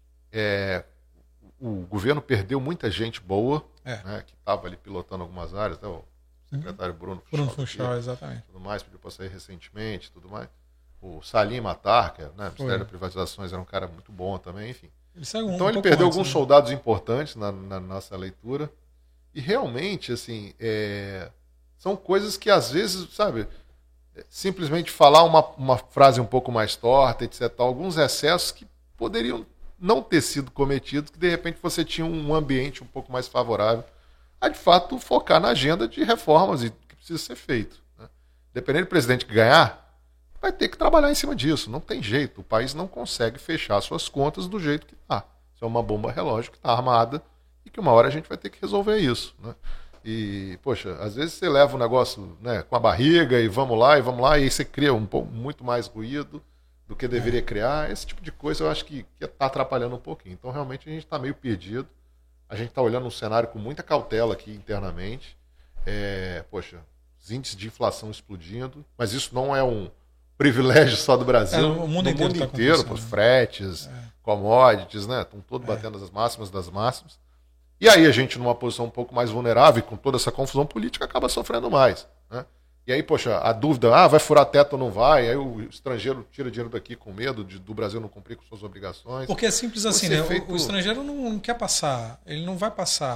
É, o governo perdeu muita gente boa, é. né, que estava ali pilotando algumas áreas, né, o secretário Bruno Funchal, Bruno Funchal, exatamente. Tudo mais, pediu para sair recentemente, tudo mais. O Salim Matar, que é, né, Ministério das Privatizações, era um cara muito bom também, enfim. Ele um, então um ele perdeu antes, alguns né? soldados importantes na, na nossa leitura. E realmente, assim, é... são coisas que às vezes, sabe, simplesmente falar uma, uma frase um pouco mais torta, etcétera, alguns excessos que poderiam não ter sido cometidos, que de repente você tinha um ambiente um pouco mais favorável a, de fato, focar na agenda de reformas e que precisa ser feito. Né? Dependendo do presidente que ganhar, vai ter que trabalhar em cima disso. Não tem jeito. O país não consegue fechar suas contas do jeito que está. Isso é uma bomba relógio que está armada e que uma hora a gente vai ter que resolver isso. Né? E, poxa, às vezes você leva o negócio, né, com a barriga e vamos lá, e vamos lá, e aí você cria um pouco, muito mais ruído do que deveria criar. Esse tipo de coisa eu acho que está atrapalhando um pouquinho. Então, realmente, a gente está meio perdido. A gente está olhando um cenário com muita cautela aqui internamente. É, poxa, os índices de inflação explodindo, mas isso não é um privilégio só do Brasil. É, o mundo no inteiro, mundo tá inteiro os fretes, é. commodities, né? Estão todos é. batendo as máximas das máximas. E aí a gente, numa posição um pouco mais vulnerável, com toda essa confusão política, acaba sofrendo mais. Né? E aí, poxa, a dúvida, ah, vai furar teto ou não vai? Aí o estrangeiro tira dinheiro daqui com medo de, do Brasil não cumprir com suas obrigações. Porque é simples assim, né? Feito... O, o estrangeiro não, não quer passar, ele não vai passar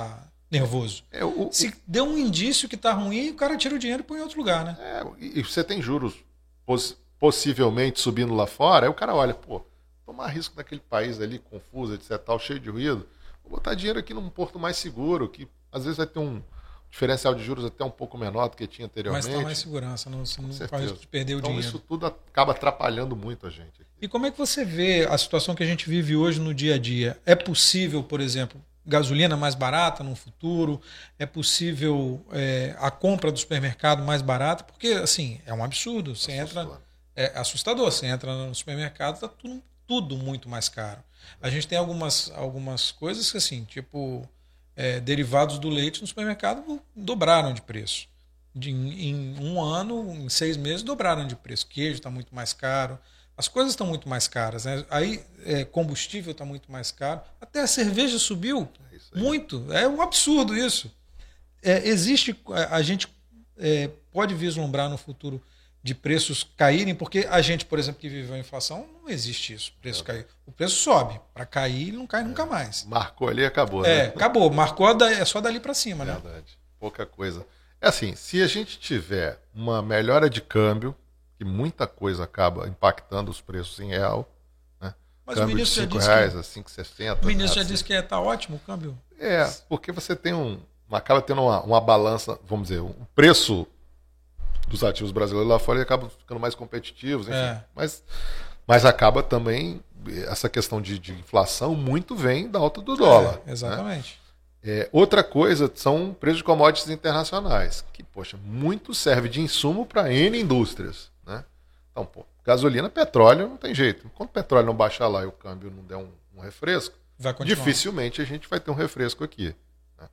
nervoso. É, o, Se o... deu um indício que está ruim, o cara tira o dinheiro e põe em outro lugar, né? É, e você tem juros poss possivelmente subindo lá fora, aí o cara olha, pô, tomar risco naquele país ali, confuso, etc, tal, cheio de ruído, vou botar dinheiro aqui num porto mais seguro, que às vezes vai ter um diferencial de juros até um pouco menor do que tinha anteriormente. Mas está mais segurança, não, você não corre risco de perder o então, dinheiro. Então isso tudo acaba atrapalhando muito a gente. E como é que você vê a situação que a gente vive hoje no dia a dia? É possível, por exemplo, gasolina mais barata no futuro? É possível é, a compra do supermercado mais barata? Porque, assim, é um absurdo. Você entra, é assustador. Você entra no supermercado, está tudo, tudo muito mais caro. A gente tem algumas, algumas coisas que, assim, tipo, é, derivados do leite no supermercado dobraram de preço. De, em um ano, em seis meses, dobraram de preço. Queijo está muito mais caro. As coisas estão muito mais caras, né? Aí é, combustível está muito mais caro. Até a cerveja subiu é muito. É um absurdo isso. É, existe, a gente é, pode vislumbrar no futuro de preços caírem, porque a gente, por exemplo, que viveu a inflação, não existe isso. O preço é. cair. O preço sobe. Para cair, ele não cai é. nunca mais. Marcou ali e acabou. É, né? acabou. Marcou, é só dali para cima, né? Verdade. Pouca coisa. É assim, se a gente tiver uma melhora de câmbio, que muita coisa acaba impactando os preços em real, né? Mas câmbio o de cinco reais reais a cinco e sessenta. O ministro né? já disse que está ótimo o câmbio. É, porque você tem um. acaba tendo uma, uma balança, vamos dizer, o preço dos ativos brasileiros lá fora acabam ficando mais competitivos, enfim. É. Mas, mas acaba também, essa questão de, de inflação muito vem da alta do dólar. É, exatamente. Né? É, outra coisa são preços de commodities internacionais, que, poxa, muito serve de insumo para N indústrias. Né? Então, pô, gasolina, petróleo, não tem jeito. Enquanto o petróleo não baixar lá e o câmbio não der um, um refresco, dificilmente a gente vai ter um refresco aqui. Né?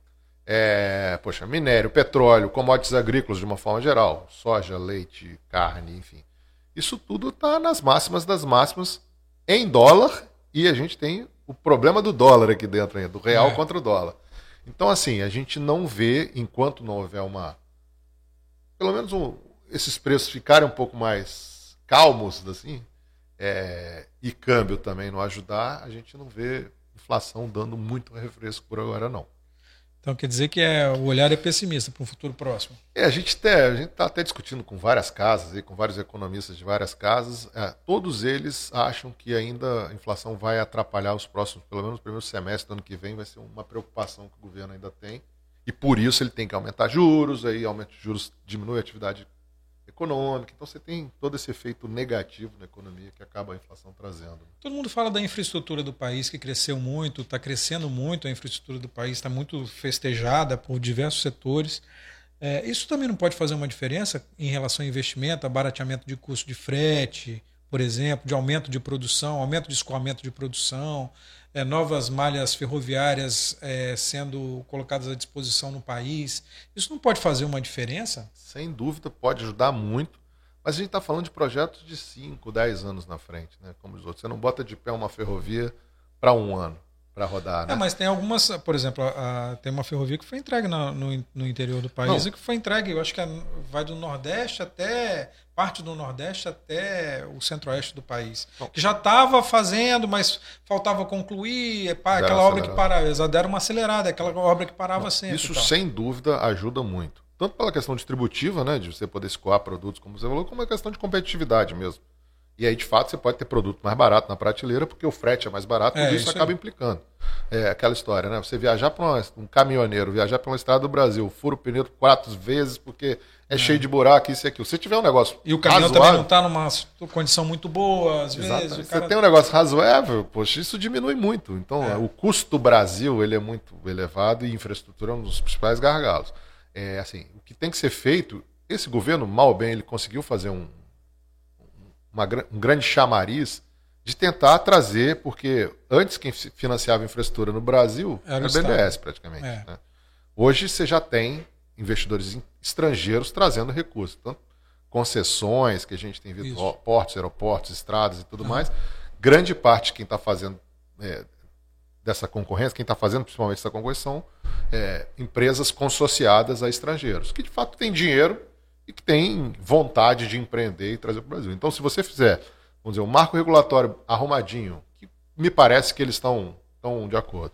É, poxa, minério, petróleo, commodities agrícolas de uma forma geral, soja, leite, carne, enfim. Isso tudo está nas máximas das máximas em dólar e a gente tem o problema do dólar aqui dentro ainda, do real é. contra o dólar. Então, assim, a gente não vê, enquanto não houver uma... Pelo menos um, esses preços ficarem um pouco mais calmos, assim, é, e câmbio também não ajudar, a gente não vê inflação dando muito refresco por agora, não. Então quer dizer que é, o olhar é pessimista para um futuro próximo? É, a gente está até discutindo com várias casas, e com vários economistas de várias casas, é, todos eles acham que ainda a inflação vai atrapalhar os próximos, pelo menos o primeiro semestre do ano que vem, vai ser uma preocupação que o governo ainda tem, e por isso ele tem que aumentar juros, aí aumenta os juros, diminui a atividade econômica, então você tem todo esse efeito negativo na economia que acaba a inflação trazendo. Todo mundo fala da infraestrutura do país, que cresceu muito, está crescendo muito, a infraestrutura do país está muito festejada por diversos setores. É, isso também não pode fazer uma diferença em relação ao investimento, abarateamento de custo de frete, por exemplo, de aumento de produção, aumento de escoamento de produção, é, novas malhas ferroviárias é, sendo colocadas à disposição no país. Isso não pode fazer uma diferença? Sem dúvida, pode ajudar muito, mas a gente está falando de projetos de cinco, dez anos na frente, né? Como os outros. Você não bota de pé uma ferrovia para um ano, para rodar. Né? É, mas tem algumas, por exemplo, a, a, tem uma ferrovia que foi entregue no, no, no interior do país, não. e que foi entregue, eu acho que é, vai do Nordeste até, parte do Nordeste até o Centro-Oeste do país. Não. Que já estava fazendo, mas faltava concluir, é, pá, aquela obra que parava, eles deram uma acelerada, aquela obra que parava não, sempre. Isso sem dúvida ajuda muito. Tanto pela questão distributiva, né, de você poder escoar produtos, como você falou, como a questão de competitividade mesmo. E aí, de fato, você pode ter produto mais barato na prateleira, porque o frete é mais barato, tudo é, isso, isso acaba é. implicando. É aquela história, né? Você viajar para um caminhoneiro, viajar pela estrada do Brasil, fura o pneu quatro vezes, porque é, é. cheio de buraco, isso e aquilo. Se tiver um negócio E o caminhão razoável, também não está numa condição muito boa, às exatamente. vezes. Você cara... tem um negócio razoável, poxa, isso diminui muito. Então, é. o custo do Brasil ele é muito elevado e infraestrutura é um dos principais gargalos. É, assim, o que tem que ser feito, esse governo, mal ou bem, ele conseguiu fazer um Uma, um grande chamariz de tentar trazer, porque antes quem financiava a infraestrutura no Brasil era, era o B N D E S praticamente. É. Né? Hoje você já tem investidores estrangeiros trazendo recursos, tanto concessões que a gente tem visto, Isso. portos, aeroportos, estradas e tudo uhum. mais. Grande parte de quem está fazendo é, dessa concorrência, quem está fazendo principalmente essa concorrência são é, empresas consociadas a estrangeiros, que de fato têm dinheiro e que tem vontade de empreender e trazer para o Brasil. Então, se você fizer, vamos dizer, um marco regulatório arrumadinho, que me parece que eles estão, estão de acordo,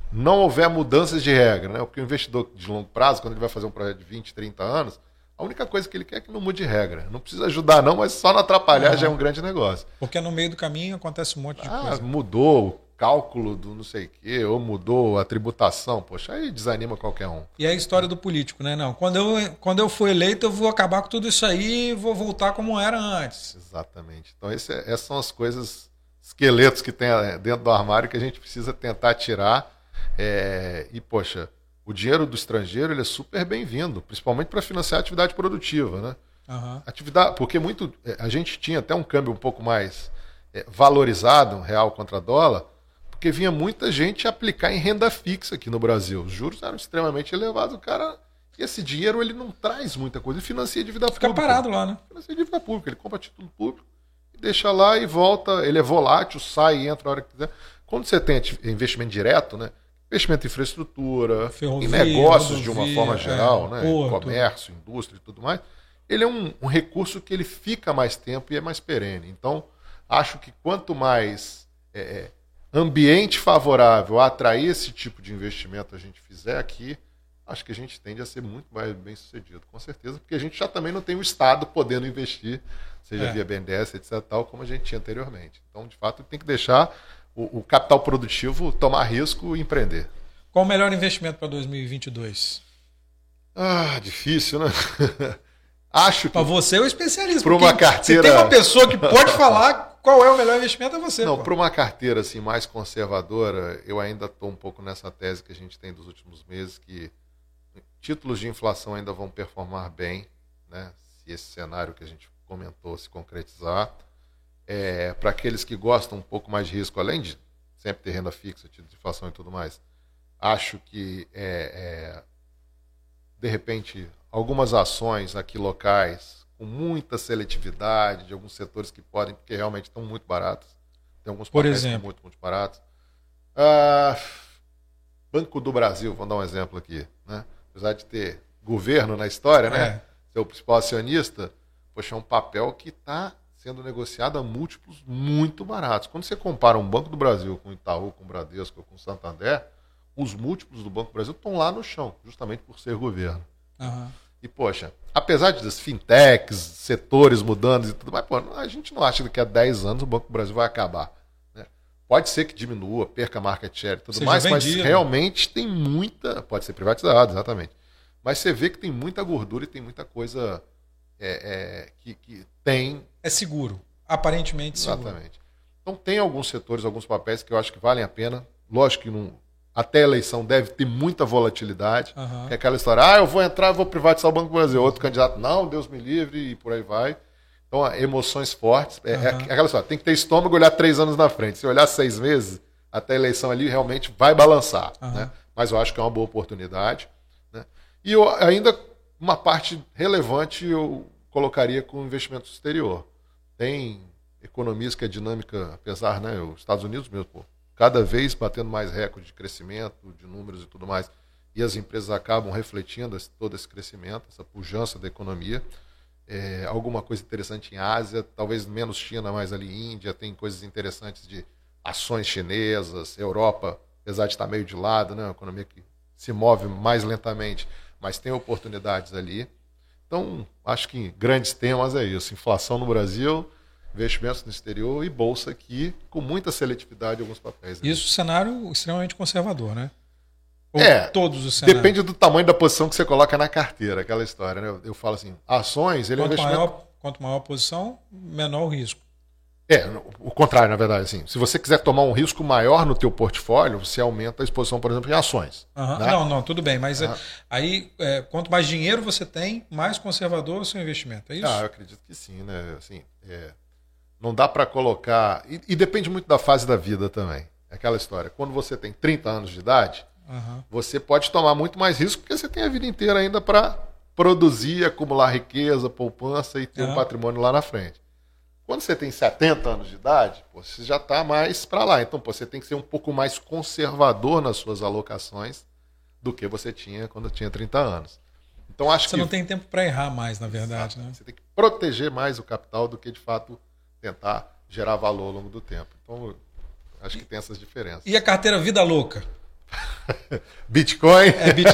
não houver mudanças de regra, né? Porque o investidor de longo prazo, quando ele vai fazer um projeto de vinte, trinta anos, a única coisa que ele quer é que não mude regra. Não precisa ajudar não, mas só não atrapalhar ah, já é um grande negócio. Porque no meio do caminho acontece um monte de ah, coisa. Mudou o cálculo do não sei o quê, ou mudou a tributação. Poxa, aí desanima qualquer um. E é a história do político, né? Não, quando eu, quando eu for eleito, eu vou acabar com tudo isso aí e vou voltar como era antes. Exatamente. Então esse, essas são as coisas, esqueletos que tem dentro do armário que a gente precisa tentar tirar. É, e, poxa... O dinheiro do estrangeiro ele é super bem-vindo, principalmente para financiar a atividade produtiva, né? Uhum. Atividade, porque muito, a gente tinha até um câmbio um pouco mais é, valorizado, real contra dólar, porque vinha muita gente aplicar em renda fixa aqui no Brasil. Os juros eram extremamente elevados. O cara, esse dinheiro ele não traz muita coisa, ele financia dívida Fica pública. Fica parado lá, né? Financia dívida pública, ele compra título público, e deixa lá e volta, ele é volátil, sai e entra a hora que quiser. Quando você tem investimento direto, né? Investimento em infraestrutura, Ferrovia, em negócios rodovia, de uma forma geral, é, né? Em comércio, indústria e tudo mais, ele é um, um recurso que ele fica mais tempo e é mais perene. Então, acho que quanto mais é, ambiente favorável a atrair esse tipo de investimento a gente fizer aqui, acho que a gente tende a ser muito mais bem sucedido, com certeza, porque a gente já também não tem o Estado podendo investir, seja é. via B N D E S, etcétera, tal, como a gente tinha anteriormente. Então, de fato, tem que deixar o capital produtivo tomar risco e empreender. Qual o melhor investimento para dois mil e vinte e dois? Ah, difícil, né? Acho que... Para você é o especialista. Para uma carteira... Se tem uma pessoa que pode falar qual é o melhor investimento, é você. Não, para uma carteira assim, mais conservadora, eu ainda estou um pouco nessa tese que a gente tem dos últimos meses, que títulos de inflação ainda vão performar bem, né? Se esse cenário que a gente comentou se concretizar. É, para aqueles que gostam um pouco mais de risco, além de sempre ter renda fixa, título de inflação e tudo mais, acho que, é, é, de repente, algumas ações aqui locais, com muita seletividade, de alguns setores que podem, porque realmente estão muito baratos. Tem alguns Por exemplo, muito, muito baratos. Ah, Banco do Brasil, vamos dar um exemplo aqui. Né? Apesar de ter governo na história, né? É. Ser o principal acionista, poxa, é um papel que está sendo negociado a múltiplos muito baratos. Quando você compara um Banco do Brasil com o Itaú, com o Bradesco, com o Santander, os múltiplos do Banco do Brasil estão lá no chão, justamente por ser governo. Uhum. E, poxa, apesar das fintechs, setores mudando e tudo mais, pô, a gente não acha que daqui a dez anos o Banco do Brasil vai acabar. Né? Pode ser que diminua, perca market share e tudo Seja mais, vendido. Mas realmente tem muita... Pode ser privatizado, exatamente. Mas você vê que tem muita gordura e tem muita coisa é, é, que, que tem... É seguro, aparentemente seguro. Exatamente. Então tem alguns setores, alguns papéis que eu acho que valem a pena. Lógico que não, até a eleição deve ter muita volatilidade. Uhum. É aquela história, ah, eu vou entrar, eu vou privatizar o Banco do Brasil. Outro candidato, não, Deus me livre, e por aí vai. Então, emoções fortes. É, uhum. é aquela história, tem que ter estômago e olhar três anos na frente. Se olhar seis meses, até a eleição ali, realmente vai balançar. Uhum. Né? Mas eu acho que é uma boa oportunidade. Né? E eu, ainda uma parte relevante eu colocaria com o investimento exterior. Tem economias que é dinâmica, apesar, né, os Estados Unidos mesmo, pô, cada vez batendo mais recorde de crescimento, de números e tudo mais, e as empresas acabam refletindo esse, todo esse crescimento, essa pujança da economia. É, alguma coisa interessante em Ásia, talvez menos China, mas ali Índia, tem coisas interessantes de ações chinesas, Europa, apesar de estar meio de lado, né, uma economia que se move mais lentamente, mas tem oportunidades ali. Então, acho que grandes temas é isso. Inflação no Brasil, investimentos no exterior e bolsa aqui, com muita seletividade em alguns papéis. Isso, cenário extremamente conservador, né? Ou é, todos os cenários. Depende do tamanho da posição que você coloca na carteira, aquela história, né? Eu, eu falo assim, ações, ele quanto é investimento... Maior, quanto maior a posição, menor o risco. É, o contrário, na verdade. Assim, se você quiser tomar um risco maior no teu portfólio, você aumenta a exposição, por exemplo, em ações. Uhum. Né? Não, não, tudo bem. Mas uhum. aí, é, quanto mais dinheiro você tem, mais conservador é o seu investimento. É isso? Ah, eu acredito que sim. Né? Assim, é, não dá para colocar... E, e depende muito da fase da vida também. É aquela história. Quando você tem trinta anos de idade, uhum. você pode tomar muito mais risco porque você tem a vida inteira ainda para produzir, acumular riqueza, poupança e ter uhum. um patrimônio lá na frente. Quando você tem setenta anos de idade, pô, você já está mais para lá. Então, pô, você tem que ser um pouco mais conservador nas suas alocações do que você tinha quando tinha trinta anos. Então, acho você que... não tem tempo para errar mais, na verdade. Né? Você tem que proteger mais o capital do que, de fato, tentar gerar valor ao longo do tempo. Então, acho que tem essas diferenças. E a carteira Vida Louca? Bitcoin, É, bit...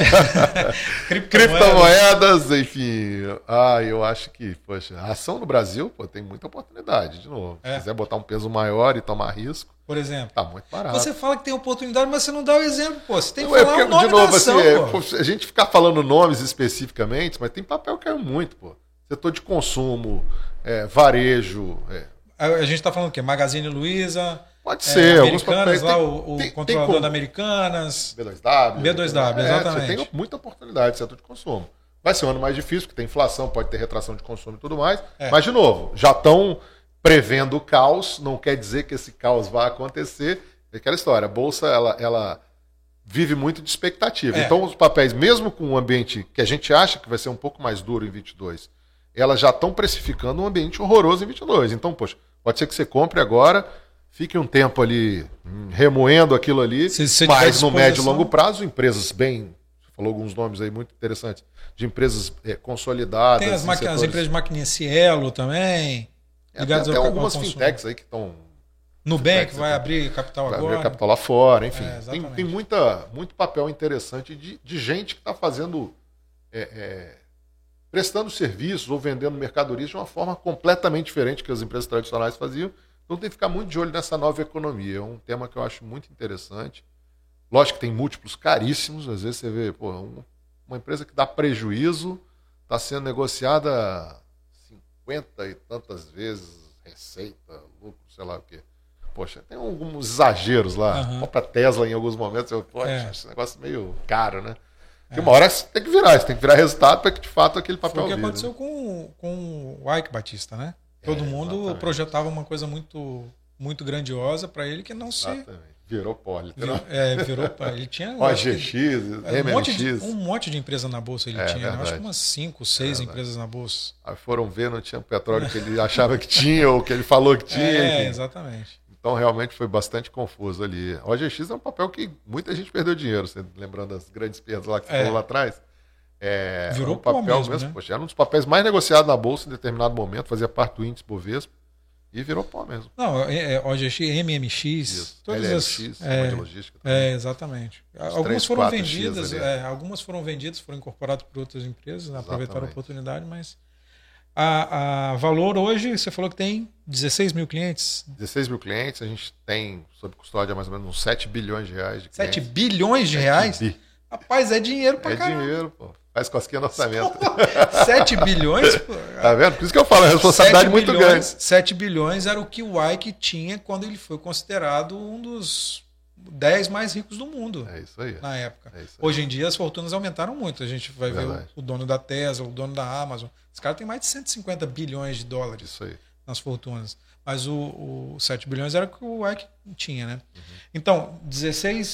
criptomoedas, enfim. Ah, eu acho que, poxa, a ação no Brasil, pô, tem muita oportunidade, de novo. É. Se quiser botar um peso maior e tomar risco, por exemplo, tá muito barato. Você fala que tem oportunidade, mas você não dá o exemplo, pô. Você tem que não, falar é porque, o nome de novo, da ação, assim, pô. É, a gente ficar falando nomes especificamente, mas tem papel que caiu muito, pô. Setor de consumo, é, varejo. É. A gente tá falando o quê? Magazine Luiza. Pode ser. É, alguns Americanas, papéis. lá, Tem, o, o tem, controlador tem da Americanas. B dois W. B dois W, é, exatamente. Você tem muita oportunidade, setor de consumo. Vai ser um ano mais difícil, porque tem inflação, pode ter retração de consumo e tudo mais. É. Mas, de novo, já estão prevendo o caos, não quer dizer que esse caos vai acontecer. É aquela história, a Bolsa, ela, ela vive muito de expectativa. É. Então, os papéis, mesmo com um ambiente que a gente acha que vai ser um pouco mais duro em vinte e dois, elas já estão precificando um ambiente horroroso em vinte e dois. Então, poxa, pode ser que você compre agora, fique um tempo ali hum, remoendo aquilo ali, se, se mas no médio e longo prazo, empresas bem... Você falou alguns nomes aí muito interessantes, de empresas é, consolidadas. Tem as, setores... as empresas de maquininha Cielo também. É, tem até algumas fintechs aí que estão... Nubank vai abrir capital vai agora. Vai abrir capital lá fora, enfim. É, tem tem muita, muito papel interessante de, de gente que está fazendo... É, é, prestando serviços ou vendendo mercadorias de uma forma completamente diferente que as empresas tradicionais faziam. Então tem que ficar muito de olho nessa nova economia. É um tema que eu acho muito interessante. Lógico que tem múltiplos caríssimos. Às vezes você vê, pô, um, uma empresa que dá prejuízo está sendo negociada cinquenta e tantas vezes receita, lucro, sei lá o quê. Poxa, tem alguns exageros lá. Uhum. Compra Tesla em alguns momentos. Eu, poxa, é. esse negócio é meio caro, né? Porque é. uma hora você tem que virar, você tem que virar resultado para que de fato aquele papel vire. Foi o que vire, aconteceu né? com, com o Ike Batista, né? Todo é, mundo exatamente. projetava uma coisa muito, muito grandiosa para ele que não se... Exatamente. Virou pó, literalmente. É, virou pó. Ele tinha... O G X, M M X. Um, um monte de empresa na bolsa ele é, tinha. Verdade. Acho que umas cinco, seis é empresas na bolsa. Aí foram ver, não tinha o petróleo que ele achava que tinha ou que ele falou que tinha. É, enfim. exatamente. Então realmente foi bastante confuso ali. O G X é um papel que muita gente perdeu dinheiro, você lembrando das grandes perdas lá que você é. falou lá atrás. É, Virou um papel mesmo, mesmo né? poxa, era um dos papéis mais negociados na bolsa em determinado momento, fazia parte do índice Bovespa e virou pó mesmo. Não, é, é, O G X, M M X, Isso. todas L L as X, é, de logística também. É, exatamente. Os algumas três, foram vendidas, é, algumas foram vendidas, foram incorporadas por outras empresas, né, aproveitaram a oportunidade, mas a, a Valor hoje, você falou que tem dezesseis mil clientes. dezesseis mil clientes, a gente tem sob custódia mais ou menos uns sete bilhões de reais de sete bilhões de reais? Bi. Rapaz, é dinheiro pra é caramba. É dinheiro, pô. Faz cosquinha no orçamento. sete bilhões? Pô. Tá vendo? Por isso que eu falo, é uma responsabilidade muito bilhões, grande. sete bilhões era o que o Ike tinha quando ele foi considerado um dos dez mais ricos do mundo. É isso aí. Na época. É isso aí. Hoje em dia as fortunas aumentaram muito. A gente vai Verdade. ver o, o dono da Tesla, o dono da Amazon. Os caras têm mais de cento e cinquenta bilhões de dólares isso aí. nas fortunas. Mas o, o sete bilhões era o que o Ike tinha, né? Uhum. Então, dezesseis